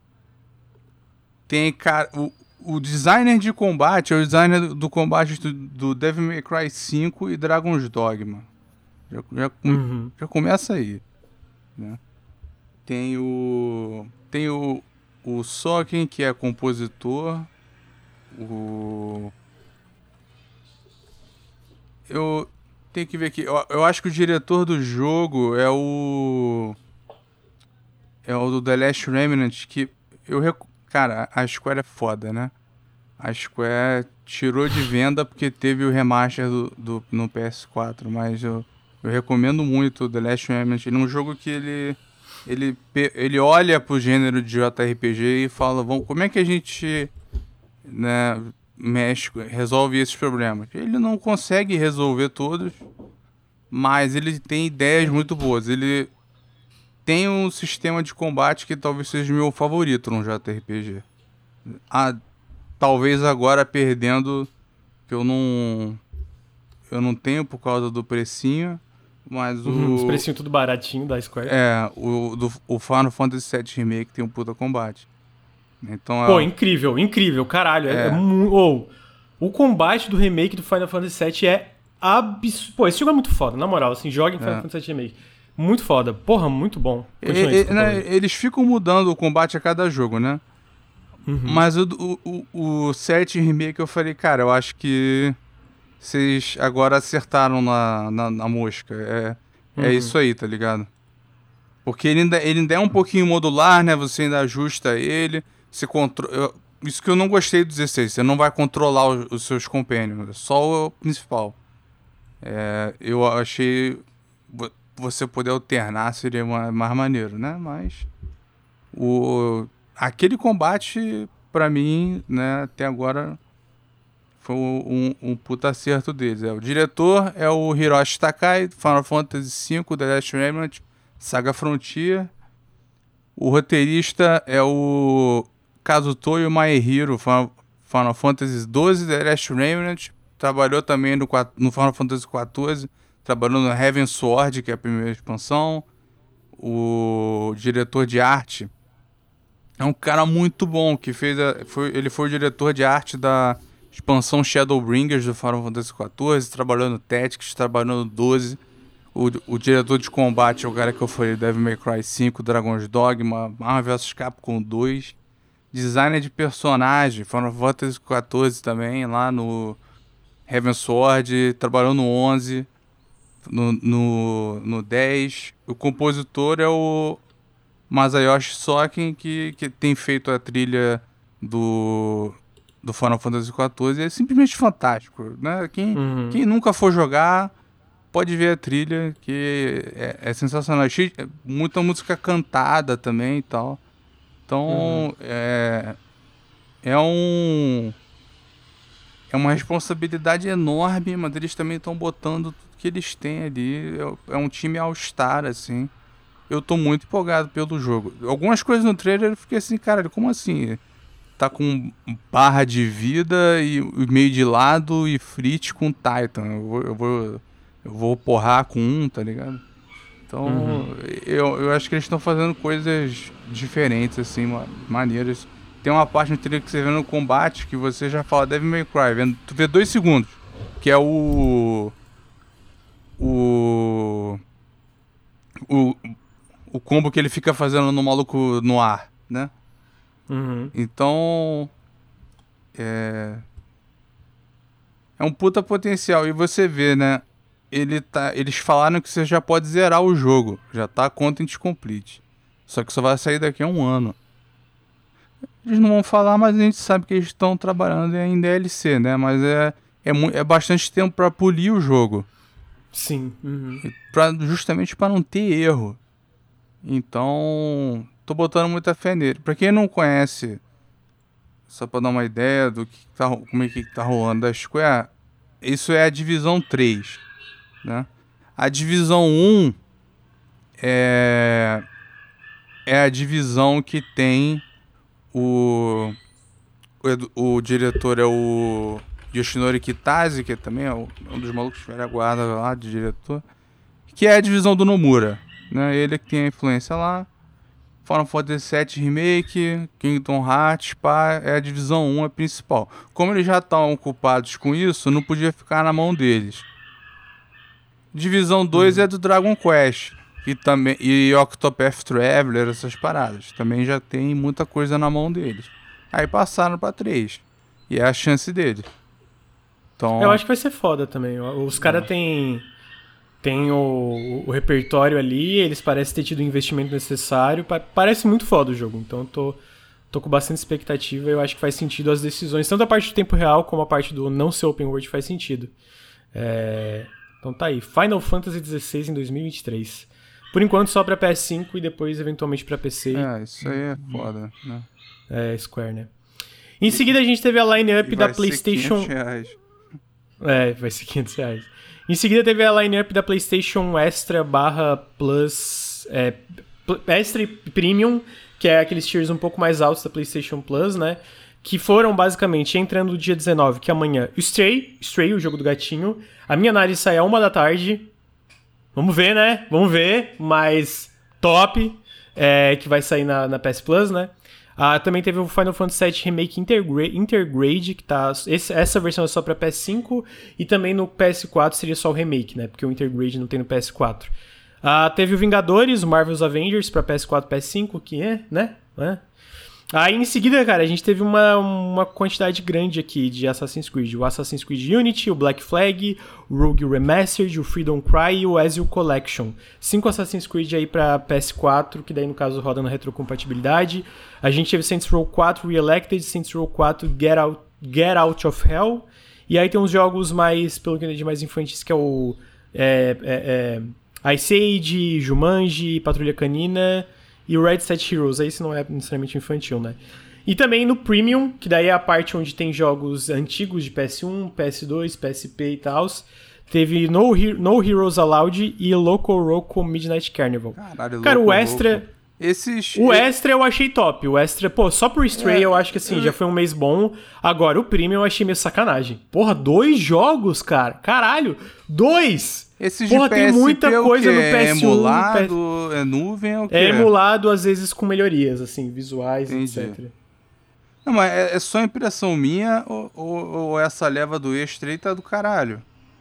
Tem, cara... O, O designer de combate é o designer do combate do, do Devil May Cry cinco e Dragon's Dogma. Já, já, uhum. já começa aí. Né? Tem o... Tem o, o Soken, que é compositor. O... Eu tenho que ver aqui. Eu, eu acho que o diretor do jogo é o... É o do The Last Remnant, que eu recomendo. Cara, a Square é foda, né? A Square tirou de venda porque teve o remaster do, do, no P S quatro, mas eu, eu recomendo muito o The Last Remnant. Ele é um jogo que ele, ele, ele olha pro gênero de J R P G e fala, vamos, como é que a gente, né, mexe, resolve esses problemas? Ele não consegue resolver todos, mas ele tem ideias muito boas. Ele tem um sistema de combate que talvez seja o meu favorito num J R P G. Ah, talvez agora perdendo, que eu não eu não tenho por causa do precinho, mas uhum, o... Os precinhos tudo baratinho da Square. É, o, do, o Final Fantasy sete Remake tem um puta combate. Então, Pô, é... incrível, incrível, caralho. É. É, é mu... oh, o combate do remake do Final Fantasy sete é absurdo. Pô, esse jogo é muito foda, na moral, assim, joga em Final é. Fantasy sete Remake. Muito foda. Porra, muito bom. E, e, né, eles ficam mudando o combate a cada jogo, né? Uhum. Mas o, o, o, o sete Remake eu falei, cara, eu acho que vocês agora acertaram na, na, na mosca. É, uhum. é isso aí, tá ligado? Porque ele ainda, ele ainda é um pouquinho modular, né? Você ainda ajusta ele. Você contro... Isso que eu não gostei do dezesseis. Você não vai controlar os, os seus companions. É só o principal. É, eu achei... Você poder alternar seria mais maneiro, né? Mas o, aquele combate, pra mim, né, até agora, foi um, um puta acerto deles. É, o diretor é o Hiroshi Takai, Final Fantasy cinco, The Last Remnant, Saga Frontier. O roteirista é o Kazutoyo Maehiro, Final Fantasy doze, The Last Remnant. Trabalhou também no, no Final Fantasy quatorze. Trabalhou no Heaven Sword, que é a primeira expansão. O diretor de arte é um cara muito bom, que fez a, foi, ele foi o diretor de arte da expansão Shadowbringers do Final Fantasy quatorze, trabalhou no Tactics, trabalhou no doze. O, o diretor de combate é o cara que eu falei, Devil May Cry cinco, Dragon's Dogma, Marvel versus. Capcom dois. Designer de personagem, Final Fantasy quatorze também, lá no Heaven Sword, trabalhou no onze. No, no, no dez, o compositor é o Masayoshi Soken, que, que tem feito a trilha do do Final Fantasy quatorze é simplesmente fantástico, né? Quem, Uhum. quem nunca for jogar, pode ver a trilha, que é, é sensacional. Cheio- é muita música cantada também e tal. Então, Uhum. é, é um... É uma responsabilidade enorme, mas eles também estão botando tudo que eles têm ali. É, é um time all-star, assim. Eu tô muito empolgado pelo jogo. Algumas coisas no trailer eu fiquei assim, cara, como assim? Tá com barra de vida e e meio de lado e frit com Titan. Eu vou, eu vou, eu vou porrar com um, tá ligado? Então, Uhum. eu, eu acho que eles estão fazendo coisas diferentes, assim, ma- maneiras. Tem uma parte no trailer que você vê no combate que você já fala Devil May Cry. Vendo, tu vê dois segundos. Que é o... O... O, o combo que ele fica fazendo no maluco no ar, né? Uhum. Então... É... É um puta potencial. E você vê, né? Ele tá, eles falaram que você já pode zerar o jogo. Já tá content complete. Só que só vai sair daqui a um ano. Eles não vão falar, mas a gente sabe que eles estão trabalhando em D L C, né? Mas é, é, mu- é bastante tempo pra polir o jogo. Sim. Uhum. Pra, justamente pra não ter erro. Então, tô botando muita fé nele. Pra quem não conhece, só pra dar uma ideia do que tá, ro- como é que tá rolando da Square, isso é a divisão três, né? A divisão um é, é a divisão que tem o, o, edu- o diretor é o Yoshinori Kitase, que também é o- um dos malucos velha guarda lá de diretor, que é a divisão do Nomura, né? Ele que tem a influência lá. Final Fantasy sete Remake, Kingdom Hearts, pá, é a divisão um, a principal. Como eles já estão ocupados com isso, não podia ficar na mão deles. Divisão dois é do Dragon Quest, que também, e Octopath Traveler, essas paradas. Também já tem muita coisa na mão deles. Aí passaram pra três. E é a chance deles. Então, Eu acho que vai ser foda também. Os caras têm tem o, o repertório ali, eles parecem ter tido o investimento necessário. Pa- Parece muito foda o jogo. Então eu tô, tô com bastante expectativa. Eu acho que faz sentido as decisões. Tanto a parte do tempo real como a parte do não ser open world faz sentido. É, Então tá aí. Final Fantasy dezesseis em dois mil e vinte e três. Por enquanto só pra P S cinco e depois eventualmente pra P C. é, isso aí é foda, né? É, Square, né? Em seguida a gente teve a line-up E da vai ser PlayStation. quinhentos reais. É, vai ser quinhentos reais. Em seguida teve a line-up da PlayStation Extra barra Plus. É, Pl- Extra e Premium, que é aqueles tiers um pouco mais altos da PlayStation Plus, né? Que foram basicamente entrando no dia dezenove, que é amanhã, o Stray, Stray, o jogo do gatinho. A minha análise sai a uma da tarde. Vamos ver, né? Vamos ver, mas top, é, que vai sair na, na P S Plus, né? Ah, também teve o Final Fantasy sete Remake Intergra- Intergrade, que tá. Esse- essa versão é só pra P S cinco, e também no P S quatro seria só o Remake, né? Porque o Intergrade não tem no P S quatro. Ah, teve o Vingadores, o Marvel's Avengers pra P S quatro e P S cinco, que é, né? É. Aí em seguida, cara, a gente teve uma, uma quantidade grande aqui de Assassin's Creed. O Assassin's Creed Unity, o Black Flag, o Rogue Remastered, o Freedom Cry e o Ezio Collection. Cinco Assassin's Creed aí pra P S quatro, que daí no caso roda na retrocompatibilidade. A gente teve Saints Row quatro Re-Elected, Saints Row quatro Get Out, Get Out of Hell. E aí tem uns jogos mais, pelo que eu entendi, mais infantis, que é o é, é, é, Ice Age, Jumanji, Patrulha Canina... E o Red Set Heroes, aí isso não é necessariamente infantil, né? E também no Premium, que daí é a parte onde tem jogos antigos de P S um, P S dois, P S P e tal. Teve No, He- no Heroes Allowed e Loco Roco Midnight Carnival. Caralho, Cara, louco, o Extra... louco. Esses... O Extra eu achei top. O Extra, pô, só por Stray É, eu acho que assim, já foi um mês bom. Agora, o Premium eu achei meio sacanagem. Porra, dois jogos, cara. Caralho, dois! Esses Porra, de P S P tem muita é o coisa quê? no P S um, É emulado, é nuvem, é o quê? É emulado, às vezes, com melhorias, assim, visuais, Entendi. etcétera. Não, mas é, é só impressão minha ou, ou, ou essa leva do Extra aí tá do caralho?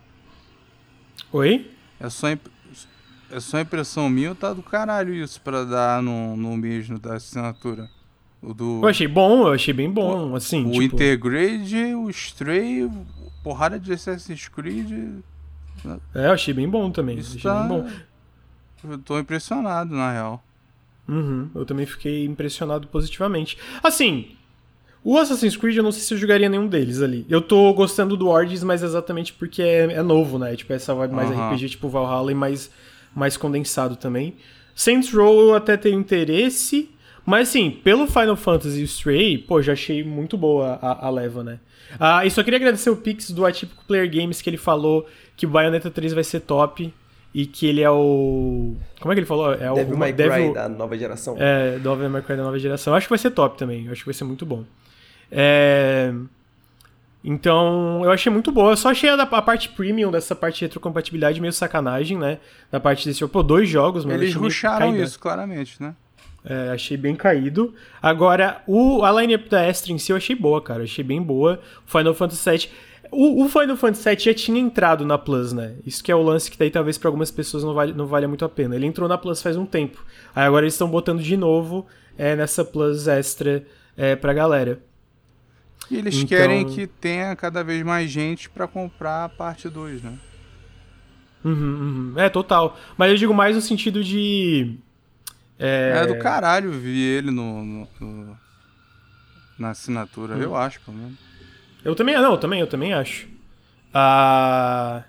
Oi? É só, imp... é só impressão minha ou tá do caralho isso pra dar no, no mesmo da assinatura? O do... Eu achei bom, eu achei bem bom, assim, o tipo... Intergrade, o Stray, porrada de Assassin's Creed... É, eu achei bem bom também, Isso achei tá... bem bom. Eu tô impressionado, na real. Uhum, eu também fiquei impressionado positivamente. Assim, O Assassin's Creed, eu não sei se eu jogaria nenhum deles ali. Eu tô gostando do Origins, mas exatamente porque é, é novo, né? Tipo, essa vibe mais uhum. R P G, tipo Valhalla, e mais, mais condensado também. Saints Row eu até tenho interesse, mas assim, pelo Final Fantasy e o Stray, pô, já achei muito boa a, a leva, né? Ah, e só queria agradecer o Pix do Atípico Player Games, que ele falou que o Bayonetta três vai ser top. E que ele é o... Como é que ele falou? É o Devil May Cry Devil... da nova geração. É, Devil May Cry da nova geração. Acho que vai ser top também. Acho que vai ser muito bom. É... Então, eu achei muito boa. Eu só achei a, a parte premium dessa parte de retrocompatibilidade meio sacanagem, né? Da parte desse... Pô, dois jogos, mano. Eles rusharam isso, claramente, né? É, achei bem caído. Agora, o, a line-up da Astra em si eu achei boa, cara. Eu achei bem boa. Final Fantasy sete... O, o Final Fantasy sete já tinha entrado na Plus, né? Isso que é o lance que daí talvez pra algumas pessoas não vale, não valha muito a pena. Ele entrou na Plus faz um tempo. Aí agora eles estão botando de novo é, nessa Plus extra é, pra galera. E eles então... querem que tenha cada vez mais gente pra comprar a parte dois, né? Uhum, uhum. É, total. Mas eu digo mais no sentido de... É, é do caralho ver ele no, no, no, na assinatura, uhum. eu acho, pelo menos. Eu também, não, eu também, eu também acho. Ah,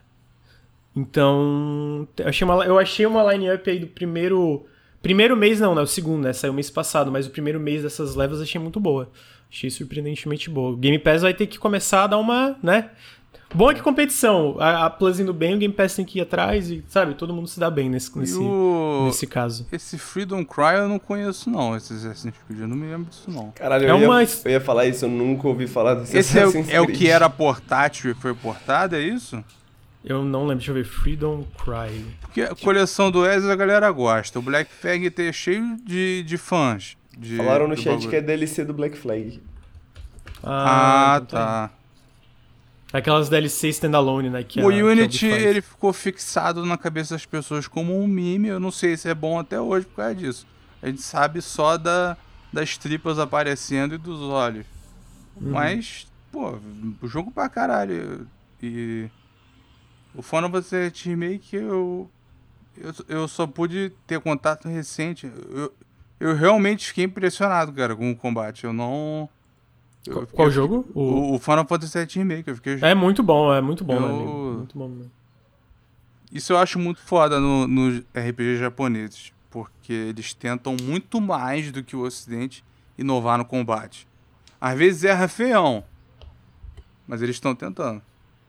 então, eu achei uma, eu achei uma line-up aí do primeiro... Primeiro mês não, né? O segundo, né? Saiu mês passado, mas o primeiro mês dessas levas eu achei muito boa. Achei surpreendentemente boa. O Game Pass vai ter que começar a dar uma, né? Bom é que competição. A, a Plus indo bem, o Game Pass tem que ir atrás e, sabe, todo mundo se dá bem nesse, nesse, o... nesse caso. Esse Freedom Cry eu não conheço, não. Esse Assassin's Creed, eu não me lembro disso, não. Caralho, eu, é ia, uma... eu ia falar isso, eu nunca ouvi falar desse Esse Assassin's é, o, Creed. é o que era portátil e foi portado, é isso? Eu não lembro, deixa eu ver. Freedom Cry. Porque a coleção do Ezio a galera gosta. O Black Flag é cheio de, de fãs. De, Falaram no chat bagulho. Que é D L C do Black Flag. Ah, ah então tá. Aquelas D L C standalone, né? Que o a, Unity, que ele ficou fixado na cabeça das pessoas como um meme. Eu não sei se é bom até hoje por causa disso. A gente sabe só da, das tripas aparecendo e dos olhos. Uhum. Mas, pô, o jogo pra caralho. E o Final Fantasy Remake, eu, eu, eu só pude ter contato recente. Eu, eu realmente fiquei impressionado, cara, com o combate. Eu não... Eu, Qual eu, jogo? O, o Final Fantasy sete Remake. Eu fiquei... É muito bom, é muito bom, eu... né, amigo? Muito bom mesmo. Isso eu acho muito foda no, no R P G japoneses, porque eles tentam muito mais do que o Ocidente inovar no combate. Às vezes erra feião, mas eles estão tentando.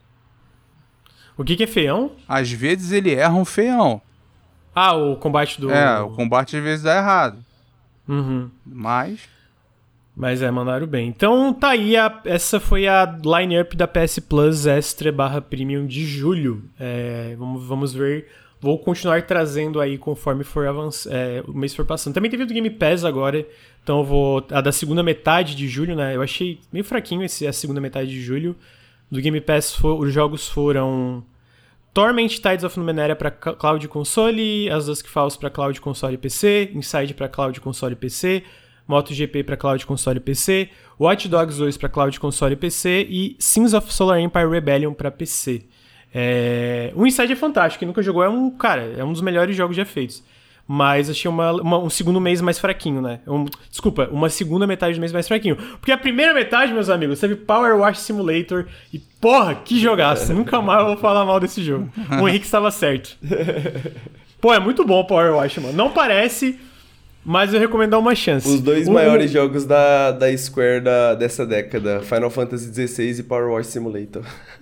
O que, que é feião? Às vezes ele erra um feião. Ah, o combate do... É, o combate às vezes dá errado. Uhum. Mas... Mas é, mandaram bem. Então tá aí, a, essa foi a line-up da P S Plus Extra barra Premium de julho. É, vamos, vamos ver, vou continuar trazendo aí conforme for avanç, é, o mês for passando. Também teve do Game Pass agora, então eu vou... A da segunda metade de julho, né? Eu achei meio fraquinho esse, a segunda metade de julho. Do Game Pass, for, os jogos foram... Torment Tides of Numenera para Cloud Console, As Dusk Falls para Cloud Console e P C, Inside para Cloud Console e P C... MotoGP para Cloud Console e P C, Watch Dogs dois para Cloud Console e P C e Sins of Solar Empire Rebellion para P C. É... O Inside é fantástico, quem nunca jogou é um, cara, é um dos melhores jogos já feitos. Mas achei uma, uma, um segundo mês mais fraquinho, né? Um, desculpa, uma segunda metade do mês mais fraquinho. Porque a primeira metade, meus amigos, teve Power Wash Simulator e, porra, que jogaço. Nunca mais eu vou falar mal desse jogo. O Henrique estava certo. Pô, é muito bom o Power Wash, mano. Não parece... Mas eu recomendo dar uma chance. Os dois o... maiores jogos da, da Square da, dessa década. Final Fantasy dezesseis e Power Wash Simulator.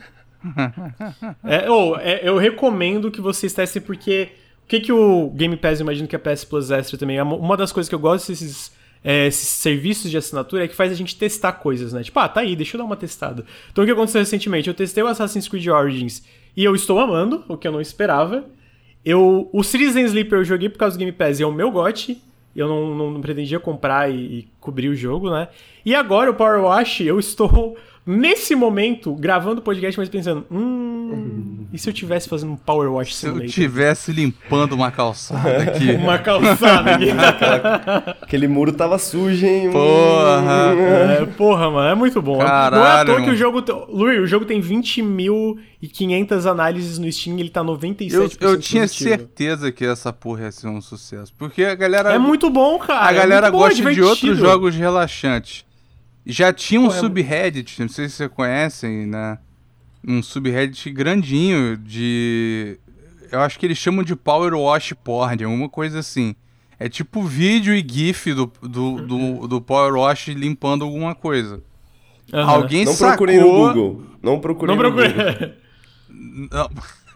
é, oh, é, eu recomendo que vocês testem porque... O que, que o Game Pass, eu imagino que a P S Plus Extra também... Uma das coisas que eu gosto desses é, esses serviços de assinatura é que faz a gente testar coisas, né? Tipo, ah, tá aí, deixa eu dar uma testada. Então o que aconteceu recentemente? Eu testei o Assassin's Creed Origins e eu estou amando, o que eu não esperava. Eu, o Citizen Sleeper eu joguei por causa do Game Pass e é o meu G O T. Eu não, não, não pretendia comprar e, e cobrir o jogo, né? E agora o Power Wash, eu estou, nesse momento, gravando o podcast, mas pensando... Hum, e se eu estivesse fazendo um Power Wash Simulator? Se eu estivesse limpando uma calçada aqui. Uma calçada aqui. Aquela, aquele muro tava sujo, hein? Porra! É, porra, mano, é muito bom. Caralho, não é à toa mano. que o jogo... Luiz, o jogo tem vinte mil e quinhentas análises no Steam e ele tá noventa e sete por cento Eu, eu tinha positivo. certeza que essa porra ia ser um sucesso. Porque a galera... É muito bom, cara. A galera é bom, gosta é de outros jogos relaxantes. Já tinha um Pô, é... subreddit, não sei se vocês conhecem, né? Um subreddit grandinho de... Eu acho que eles chamam de Power Wash Porn, alguma coisa assim. É tipo vídeo e gif do, do, do, do Power Wash limpando alguma coisa. Uhum. Alguém Não sacou... procurei no Google. Não procurei Não no procurei. Google. Não.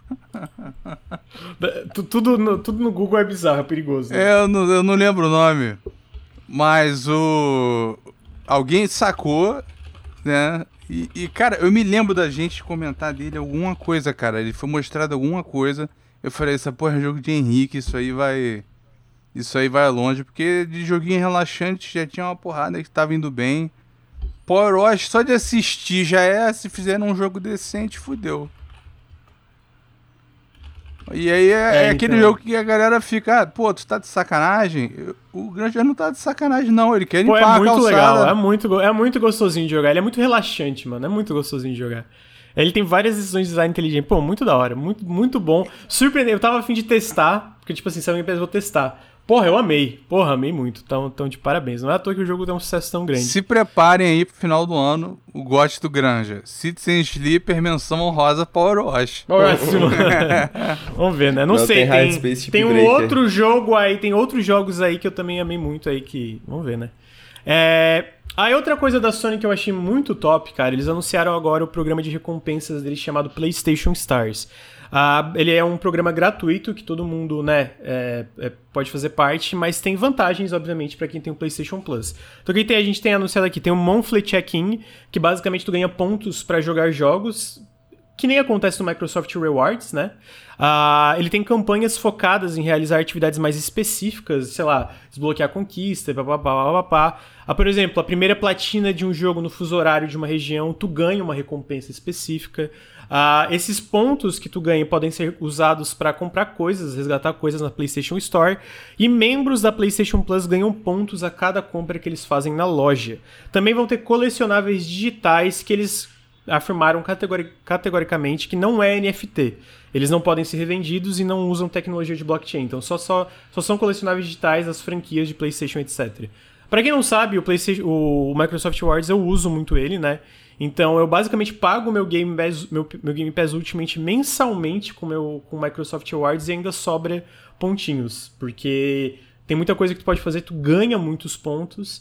tudo, no, tudo no Google é bizarro, é perigoso. Né? É, eu não, eu não lembro o nome. Mas o... Alguém sacou, né? E, e, cara, eu me lembro da gente comentar dele alguma coisa, cara. Ele foi mostrado alguma coisa. Eu falei, essa porra é jogo de Henrique, isso aí vai... Isso aí vai longe, porque de joguinho relaxante já tinha uma porrada que tava indo bem. Power Wash, só de assistir já é, se fizeram um jogo decente, fudeu. E aí é, é, é aquele então. jogo que a galera fica, ah, pô, tu tá de sacanagem? O Granger não tá de sacanagem, não. Ele quer limpar pô, é a muito calçada. legal, é muito, é muito gostosinho de jogar. Ele é muito relaxante, mano. É muito gostosinho de jogar. Ele tem várias decisões de design inteligente. Pô, muito da hora. Muito, muito bom. Surpreendente. Eu tava a fim de testar, porque, tipo assim, se alguém pensa, vou testar. Porra, eu amei. Porra, amei muito. Então, então, de parabéns. Não é à toa que o jogo tem um sucesso tão grande. Se preparem aí pro final do ano, o G O T do Granger. Citizen Sleeper, menção honrosa, Power Wash. Vamos ver, né? Não, Não sei, tem, tem, tem um breaker. outro jogo aí, tem outros jogos aí que eu também amei muito aí que... Vamos ver, né? É... Aí outra coisa da Sony que eu achei muito top, cara, eles anunciaram agora o programa de recompensas deles chamado PlayStation Stars. Uh, ele é um programa gratuito que todo mundo, né, é, é, pode fazer parte, mas tem vantagens, obviamente, para quem tem o PlayStation Plus. Então, quem tem, a gente tem anunciado aqui, tem o Monthly Check-in, que basicamente tu ganha pontos para jogar jogos, que nem acontece no Microsoft Rewards, né? Uh, ele tem campanhas focadas em realizar atividades mais específicas, sei lá, desbloquear a conquista, papapá, papapá. Uh, por exemplo, a primeira platina de um jogo no fuso horário de uma região, tu ganha uma recompensa específica. Uh, esses pontos que tu ganha podem ser usados para comprar coisas, resgatar coisas na PlayStation Store, e membros da PlayStation Plus ganham pontos a cada compra que eles fazem na loja. Também vão ter colecionáveis digitais que eles afirmaram categori- categoricamente que não é N F T. Eles não podem ser revendidos e não usam tecnologia de blockchain, então só, só, só são colecionáveis digitais das franquias de PlayStation, etcétera. Para quem não sabe, o, PlayStation, o Microsoft Rewards eu uso muito ele, né? Então eu basicamente pago meu Game Pass, meu, meu Game Pass Ultimate mensalmente com meu com o Microsoft Rewards e ainda sobra pontinhos, porque tem muita coisa que tu pode fazer, tu ganha muitos pontos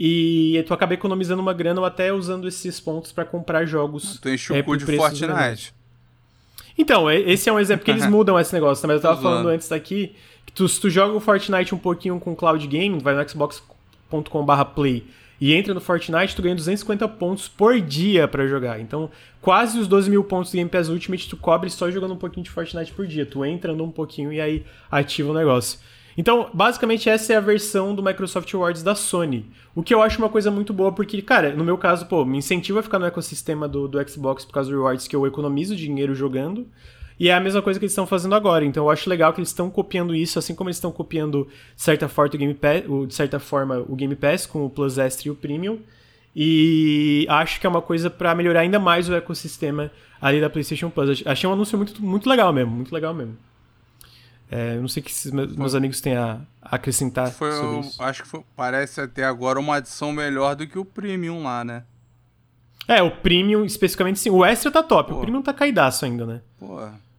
e tu acaba economizando uma grana ou até usando esses pontos para comprar jogos. Tu enche o cu de Fortnite. Então, esse é um exemplo que eles mudam esse negócio, mas eu tava falando antes daqui que tu, se tu joga o Fortnite um pouquinho com Cloud Game, vai no xbox ponto com barra play e entra no Fortnite, tu ganha duzentos e cinquenta pontos por dia pra jogar. Então, quase os doze mil pontos do Game Pass Ultimate tu cobre só jogando um pouquinho de Fortnite por dia. Tu entra, anda um pouquinho e aí ativa o negócio. Então, basicamente, essa é a versão do Microsoft Rewards da Sony. O que eu acho uma coisa muito boa, porque, cara, no meu caso, pô, me incentiva a ficar no ecossistema do, do Xbox por causa do Rewards, que eu economizo dinheiro jogando. E é a mesma coisa que eles estão fazendo agora. Então eu acho legal que eles estão copiando isso, assim como eles estão copiando, de certa forma, o Game Pass, de certa forma, o Game Pass com o Plus Extra e o Premium. E acho que é uma coisa para melhorar ainda mais o ecossistema ali da PlayStation Plus. Achei um anúncio muito, muito legal mesmo, muito legal mesmo. É, eu não sei o que esses meus foi, amigos têm a acrescentar foi, sobre isso. Acho que foi, parece até agora uma adição melhor do que o Premium lá, né? É, o Premium, especificamente, sim. O Extra tá top, Pô. O Premium tá caidaço ainda, né? Pô.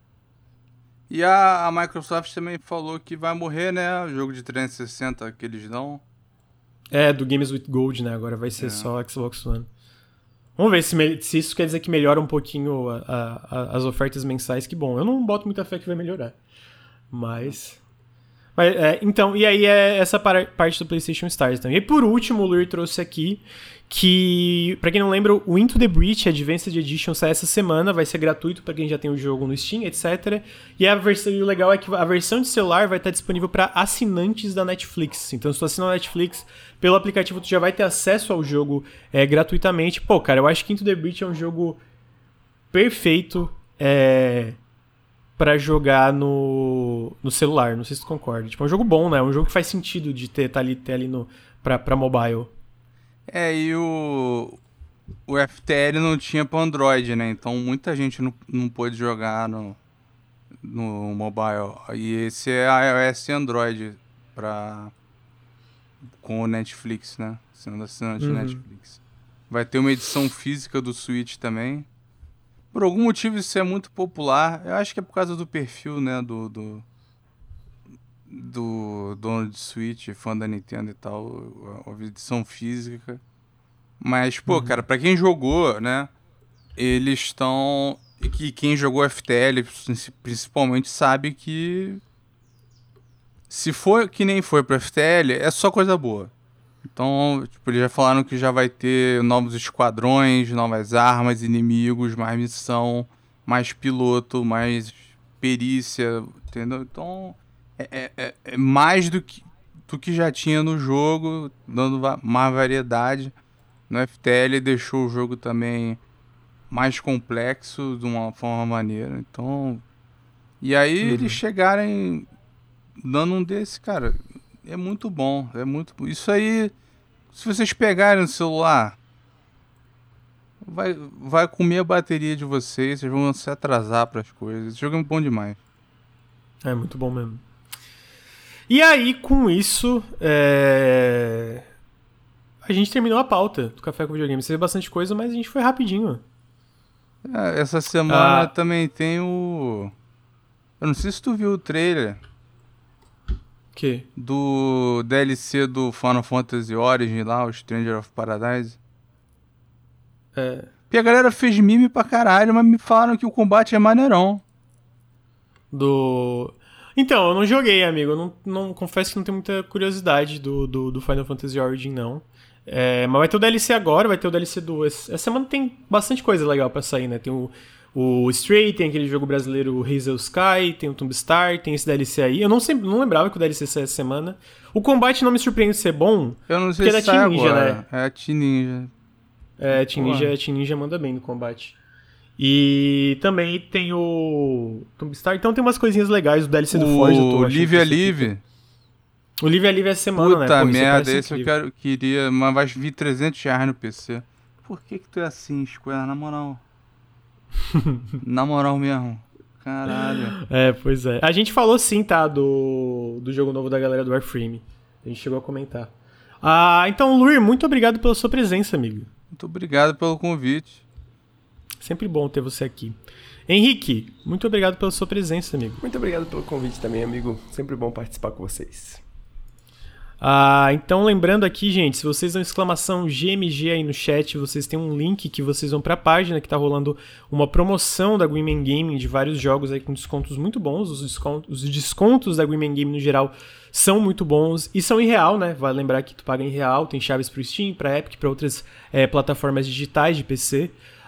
E a, a Microsoft também falou que vai morrer, né? O jogo de trezentos e sessenta que eles dão. É, do Games with Gold, né? Agora vai ser é. só Xbox One. Vamos ver se, me, se isso quer dizer que melhora um pouquinho a, a, a, as ofertas mensais, que bom. Eu não boto muita fé que vai melhorar. Mas... mas é, então, e aí é essa parte do PlayStation Stars também. E por último, o Luir trouxe aqui que, pra quem não lembra, o Into the Breach Advanced Edition sai essa semana, vai ser gratuito pra quem já tem o jogo no Steam, etcétera. E a versão, e o legal é que a versão de celular vai estar disponível para assinantes da Netflix. Então, se tu assina a Netflix pelo aplicativo, tu já vai ter acesso ao jogo é, gratuitamente. Pô, cara, eu acho que Into the Breach é um jogo perfeito é, pra jogar no, no celular. Não sei se tu concorda. Tipo, é um jogo bom, né? É um jogo que faz sentido de ter, tá ali, ter ali no, pra, pra mobile. É, e o, o F T L não tinha para Android, né? Então muita gente não, não pôde jogar no, no mobile. E esse é iOS e Android pra, com o Netflix, né? Sendo assinante uhum. Netflix. Vai ter uma edição física do Switch também. Por algum motivo isso é muito popular. Eu acho que é por causa do perfil, né, do... do... do dono de Switch, fã da Nintendo e tal, a edição física. Mas, pô, uhum. cara, pra quem jogou, né, eles estão... que quem jogou F T L, principalmente, sabe que se for que nem foi pro F T L, é só coisa boa. Então, tipo, eles já falaram que já vai ter novos esquadrões, novas armas, inimigos, mais missão, mais piloto, mais perícia, entendeu? Então... É, é, é mais do que, do que já tinha no jogo, dando mais variedade. No F T L deixou o jogo também mais complexo, de uma forma maneira. Então, e aí uhum. eles chegarem dando um desse, cara, é muito bom. É muito, isso aí, se vocês pegarem no celular, vai, vai comer a bateria de vocês, vocês vão se atrasar para as coisas. Esse jogo é bom demais. É muito bom mesmo. E aí, com isso, é... a gente terminou a pauta do Café com Videogame. Você vê bastante coisa, mas a gente foi rapidinho. É, essa semana ah. também tem o... Eu não sei se tu viu o trailer. Que? Do D L C do Final Fantasy Origin lá, o Stranger of Paradise. É... Porque a galera fez meme pra caralho, mas me falaram que o combate é maneirão. Do... Então, eu não joguei, amigo. Eu não, não, confesso que não tenho muita curiosidade do, do, do Final Fantasy Origin, não. É, mas vai ter o D L C agora, vai ter o D L C do... Essa semana tem bastante coisa legal pra sair, né? Tem o, o Stray, tem aquele jogo brasileiro Hazel Sky, tem o Tomb Star, tem esse D L C aí. Eu não, sempre, não lembrava que o D L C saia essa semana. O combate não me surpreende ser bom, eu não sei porque se é da Team Ninja, agora. Né? É a Team Ninja. É, a Team Ninja, a Team Ninja manda bem no combate. E também tem o Tomb Star. Então tem umas coisinhas legais. O D L C do o Forza. O Live Alive. O Live Alive é semana, Puta né? Puta merda, esse eu quero, queria... Mas vai vir trezentos reais no P C. Por que que tu é assim, Square? Na moral. Na moral mesmo. Caralho. É, pois é. A gente falou sim, tá? Do, do jogo novo da galera do Warframe. A gente chegou a comentar. Ah, então, Luir, muito obrigado pela sua presença, amigo. Muito obrigado pelo convite. Sempre bom ter você aqui. Henrique, muito obrigado pela sua presença, amigo. Muito obrigado pelo convite também, amigo. Sempre bom participar com vocês. Ah, então lembrando aqui, gente, se vocês dão exclamação G M G aí no chat, vocês têm um link que vocês vão pra página que tá rolando uma promoção da Green Man Gaming de vários jogos aí com descontos muito bons. Os descontos, os descontos da Green Man Gaming no geral são muito bons e são em real, né? Vale lembrar que tu paga em real, tem chaves pro Steam, pra Epic, pra outras é, plataformas digitais de P C.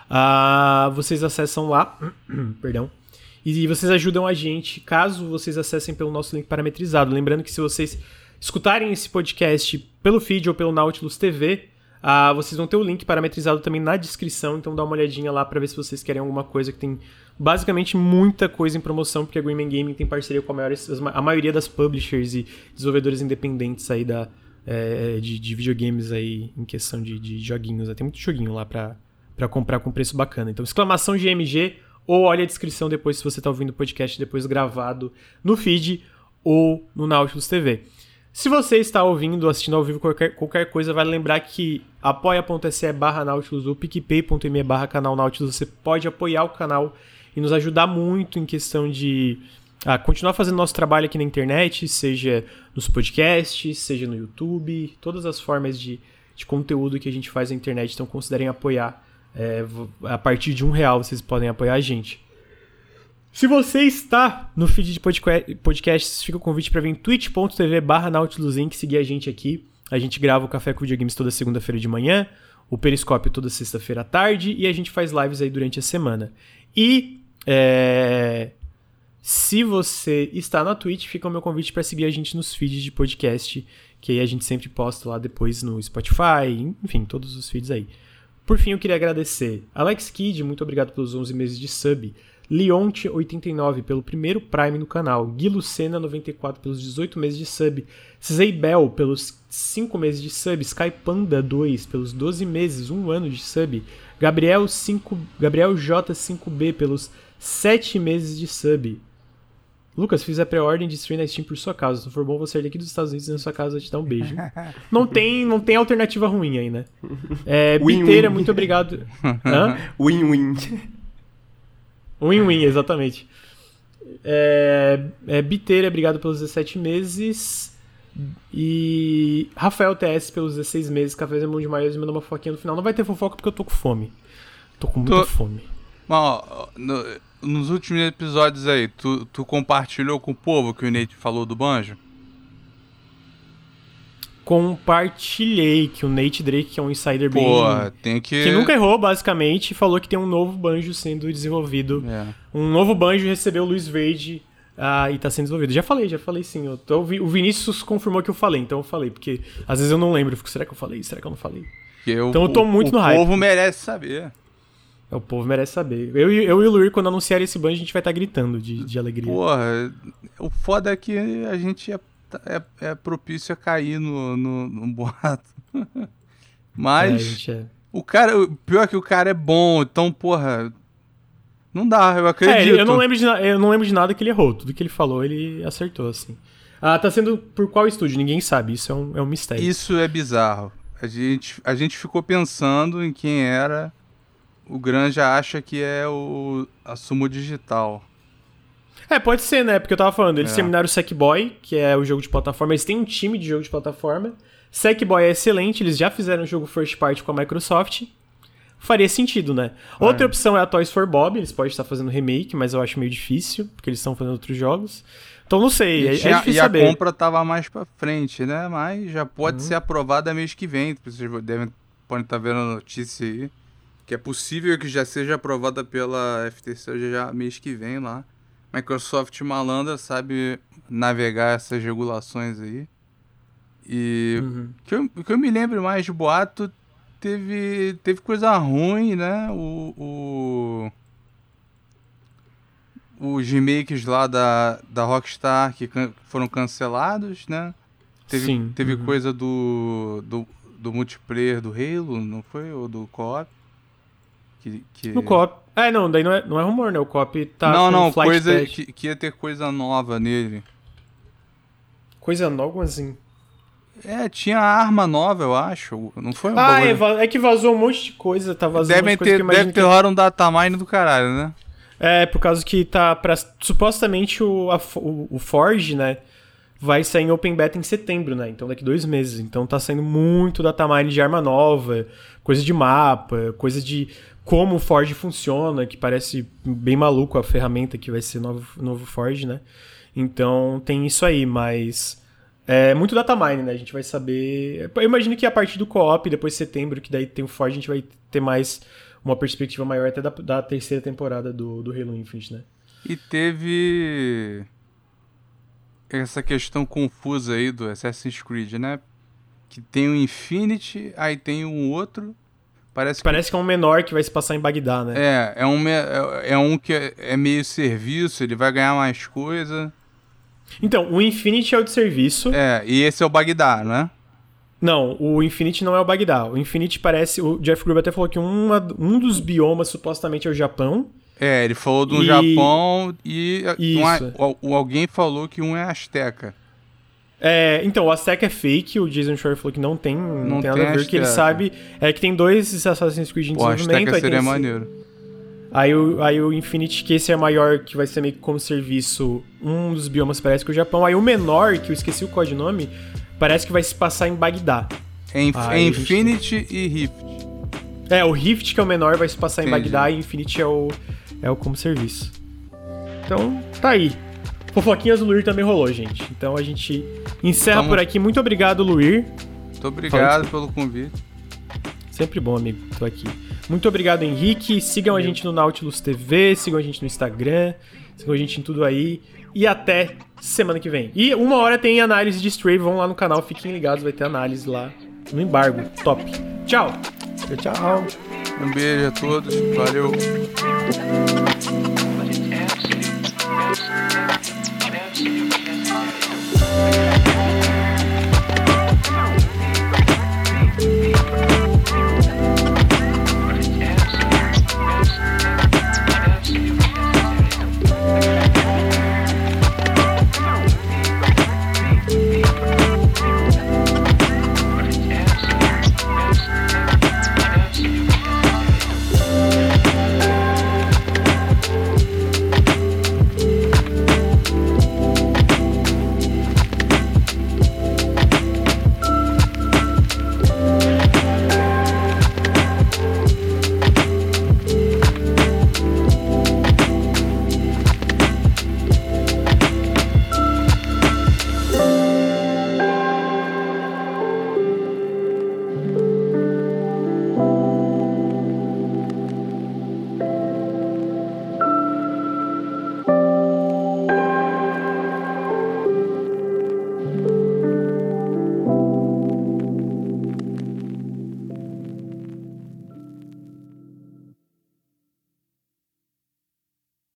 Ah, vocês acessam lá, perdão, e vocês ajudam a gente caso vocês acessem pelo nosso link parametrizado. Lembrando que se vocês escutarem esse podcast pelo feed ou pelo Nautilus T V, ah, vocês vão ter o link parametrizado também na descrição, então dá uma olhadinha lá pra ver se vocês querem alguma coisa, que tem basicamente muita coisa em promoção, porque a Green Man Gaming tem parceria com a, maior, a maioria das publishers e desenvolvedores independentes aí da, é, de, de videogames aí em questão de, de joguinhos. Tem muito joguinho lá pra para comprar com preço bacana. Então, exclamação G M G, ou olha a descrição depois se você está ouvindo o podcast depois gravado no feed ou no Nautilus T V. Se você está ouvindo, assistindo ao vivo qualquer, qualquer coisa, vale lembrar que apoia.se barra Nautilus ou picpay.me barra canal Nautilus, você pode apoiar o canal e nos ajudar muito em questão de ah, continuar fazendo nosso trabalho aqui na internet, seja nos podcasts, seja no YouTube, todas as formas de, de conteúdo que a gente faz na internet, então considerem apoiar. É, a partir de um real vocês podem apoiar a gente. Se você está no feed de podcasts, fica o convite para vir em twitch.tv barra nautilusinc, seguir a gente aqui. A gente grava o Café com Videogames toda segunda-feira de manhã, o Periscópio toda sexta-feira à tarde e a gente faz lives aí durante a semana. E é, se você está na Twitch, fica o meu convite para seguir a gente nos feeds de podcast, que aí a gente sempre posta lá depois no Spotify, enfim, todos os feeds aí. Por fim, eu queria agradecer Alex Kidd, muito obrigado pelos onze meses de sub. Leonte, oitenta e nove, pelo primeiro Prime no canal. Gui Lucena, noventa e quatro, pelos dezoito meses de sub. Zeibel, pelos cinco meses de sub. Sky Panda dois, pelos doze meses, um ano de sub. Gabriel, cinco, Gabriel J cinco B, pelos sete meses de sub. Lucas, fiz a pré-ordem de stream na Steam por sua causa. Se for bom você ir daqui dos Estados Unidos e na sua casa te dar um beijo. Não tem, não tem alternativa ruim aí, né? É, Biteira, muito obrigado. Win-win. Win-win, exatamente. É, é, Biteira, obrigado pelos dezessete meses. E Rafael T S pelos dezesseis meses. Café é bom demais, me mandou uma fofoquinha no final. Não vai ter fofoca porque eu tô com fome. Tô com muita tô... fome. Mas, ó, no, nos últimos episódios aí, tu, tu compartilhou com o povo que o Nate falou do banjo? Compartilhei que o Nate Drake, que é um insider bem... Porra, tem que... Que nunca errou, basicamente, falou que tem um novo banjo sendo desenvolvido. É. Um novo banjo recebeu o Luiz Verde ah, e tá sendo desenvolvido. Já falei, já falei sim. Eu tô, o Vinícius confirmou que eu falei, então eu falei. Porque às vezes eu não lembro. Eu fico, será que eu falei? Será que eu não falei? Eu, então eu tô muito o, no hype. O povo merece saber. O povo merece saber. Eu, eu e o Luir, quando anunciar esse banjo, a gente vai estar tá gritando de, de alegria. Porra, o foda é que a gente é, é, é propício a cair no, no, no boato. Mas é, gente é. o cara, o pior é que o cara é bom, então, porra, não dá, eu acredito. É, eu, não lembro de, eu não lembro de nada que ele errou. Tudo que ele falou, ele acertou, assim. Ah, tá sendo por qual estúdio? Ninguém sabe, isso é um, é um mistério. Isso é bizarro. A gente, a gente ficou pensando em quem era. O Granja acha que é o a Sumo Digital. É, pode ser, né? Porque eu tava falando, eles é. terminaram o Sackboy, que é o jogo de plataforma. Eles têm um time de jogo de plataforma. Sackboy é excelente, eles já fizeram um jogo first party com a Microsoft. Faria sentido, né? É. Outra opção é a Toys for Bob, eles podem estar fazendo remake, mas eu acho meio difícil, porque eles estão fazendo outros jogos. Então não sei, é, e, é difícil e saber. E a compra tava mais pra frente, né? Mas já pode uhum. ser aprovada mês que vem. Vocês devem, podem estar vendo a notícia aí. Que é possível que já seja aprovada pela F T C já mês que vem lá. Microsoft malandra sabe navegar essas regulações aí. E uhum. que, eu, que eu me lembro mais de boato, teve, teve coisa ruim, né? O, o, os remakes lá da, da Rockstar que can, foram cancelados, né? Teve, Sim. teve uhum. coisa do, do, do multiplayer do Halo, não foi? Ou do co-op? Que, que... No co-op. É, não, daí não é, não é rumor, né? O co-op tá Não, com não, flight coisa test. que, que ia ter coisa nova nele. Coisa nova, assim? É, tinha arma nova, eu acho. Não foi um Ah, é, é que vazou um monte de coisa, tá vazando Devem um monte de coisa ter, que eu imagino Deve ter que... rolado um datamine do caralho, né? É, por causa que tá pra... Supostamente o, a, o, o Forge, né? Vai sair em Open Beta em setembro, né? Então daqui dois meses. Então tá saindo muito datamine de arma nova, coisa de mapa, coisa de como o Forge funciona, que parece bem maluco a ferramenta que vai ser novo, novo Forge, né? Então tem isso aí, mas é muito datamine, né? A gente vai saber... Eu imagino que a partir do co-op, depois de setembro, que daí tem o Forge, a gente vai ter mais uma perspectiva maior até da, da terceira temporada do, do Halo Infinite, né? E teve essa questão confusa aí do Assassin's Creed, né? Que tem o Infinity, aí tem um outro... Parece que... Parece que é um menor que vai se passar em Bagdá, né? É, é um, é, é um que é, é meio serviço, ele vai ganhar mais coisa. Então, o Infinity é o de serviço. É, e esse é o Bagdá, né? Não, o Infinity não é o Bagdá. O Infinity parece... O Jeff Grubb até falou que uma, um dos biomas supostamente é o Japão. É, ele falou do e... Japão e um, alguém falou que um é Azteca. É, então, o Azteca é fake, o Jason Schreier falou que não tem, não, não tem nada tem a ver, Azteca. Que ele sabe é que tem dois Assassin's Creed em Pô, desenvolvimento. Azteca seria esse, maneiro. Aí o, aí o Infinity, que esse é maior, que vai ser meio que como serviço, um dos biomas parece que é o Japão. Aí o menor, que eu esqueci o codinome, parece que vai se passar em Bagdá. É, inf é Infinity gente... e Rift. É, o Rift, que é o menor, vai se passar Entendi. em Bagdá, e Infinity é o, é o como serviço. Então, tá aí. Fofoquinhas do Luir também rolou, gente. Então a gente encerra Tamo... por aqui. Muito obrigado, Luir. Muito obrigado pelo convite. Sempre bom, amigo. Tô aqui. Muito obrigado, Henrique. Sigam Meu. a gente no Nautilus T V, sigam a gente no Instagram, sigam a gente em tudo aí. E até semana que vem. E uma hora tem análise de Stray. Vão lá no canal, fiquem ligados. Vai ter análise lá no embargo. Top. Tchau. Tchau. Um beijo a todos. Valeu. Absolute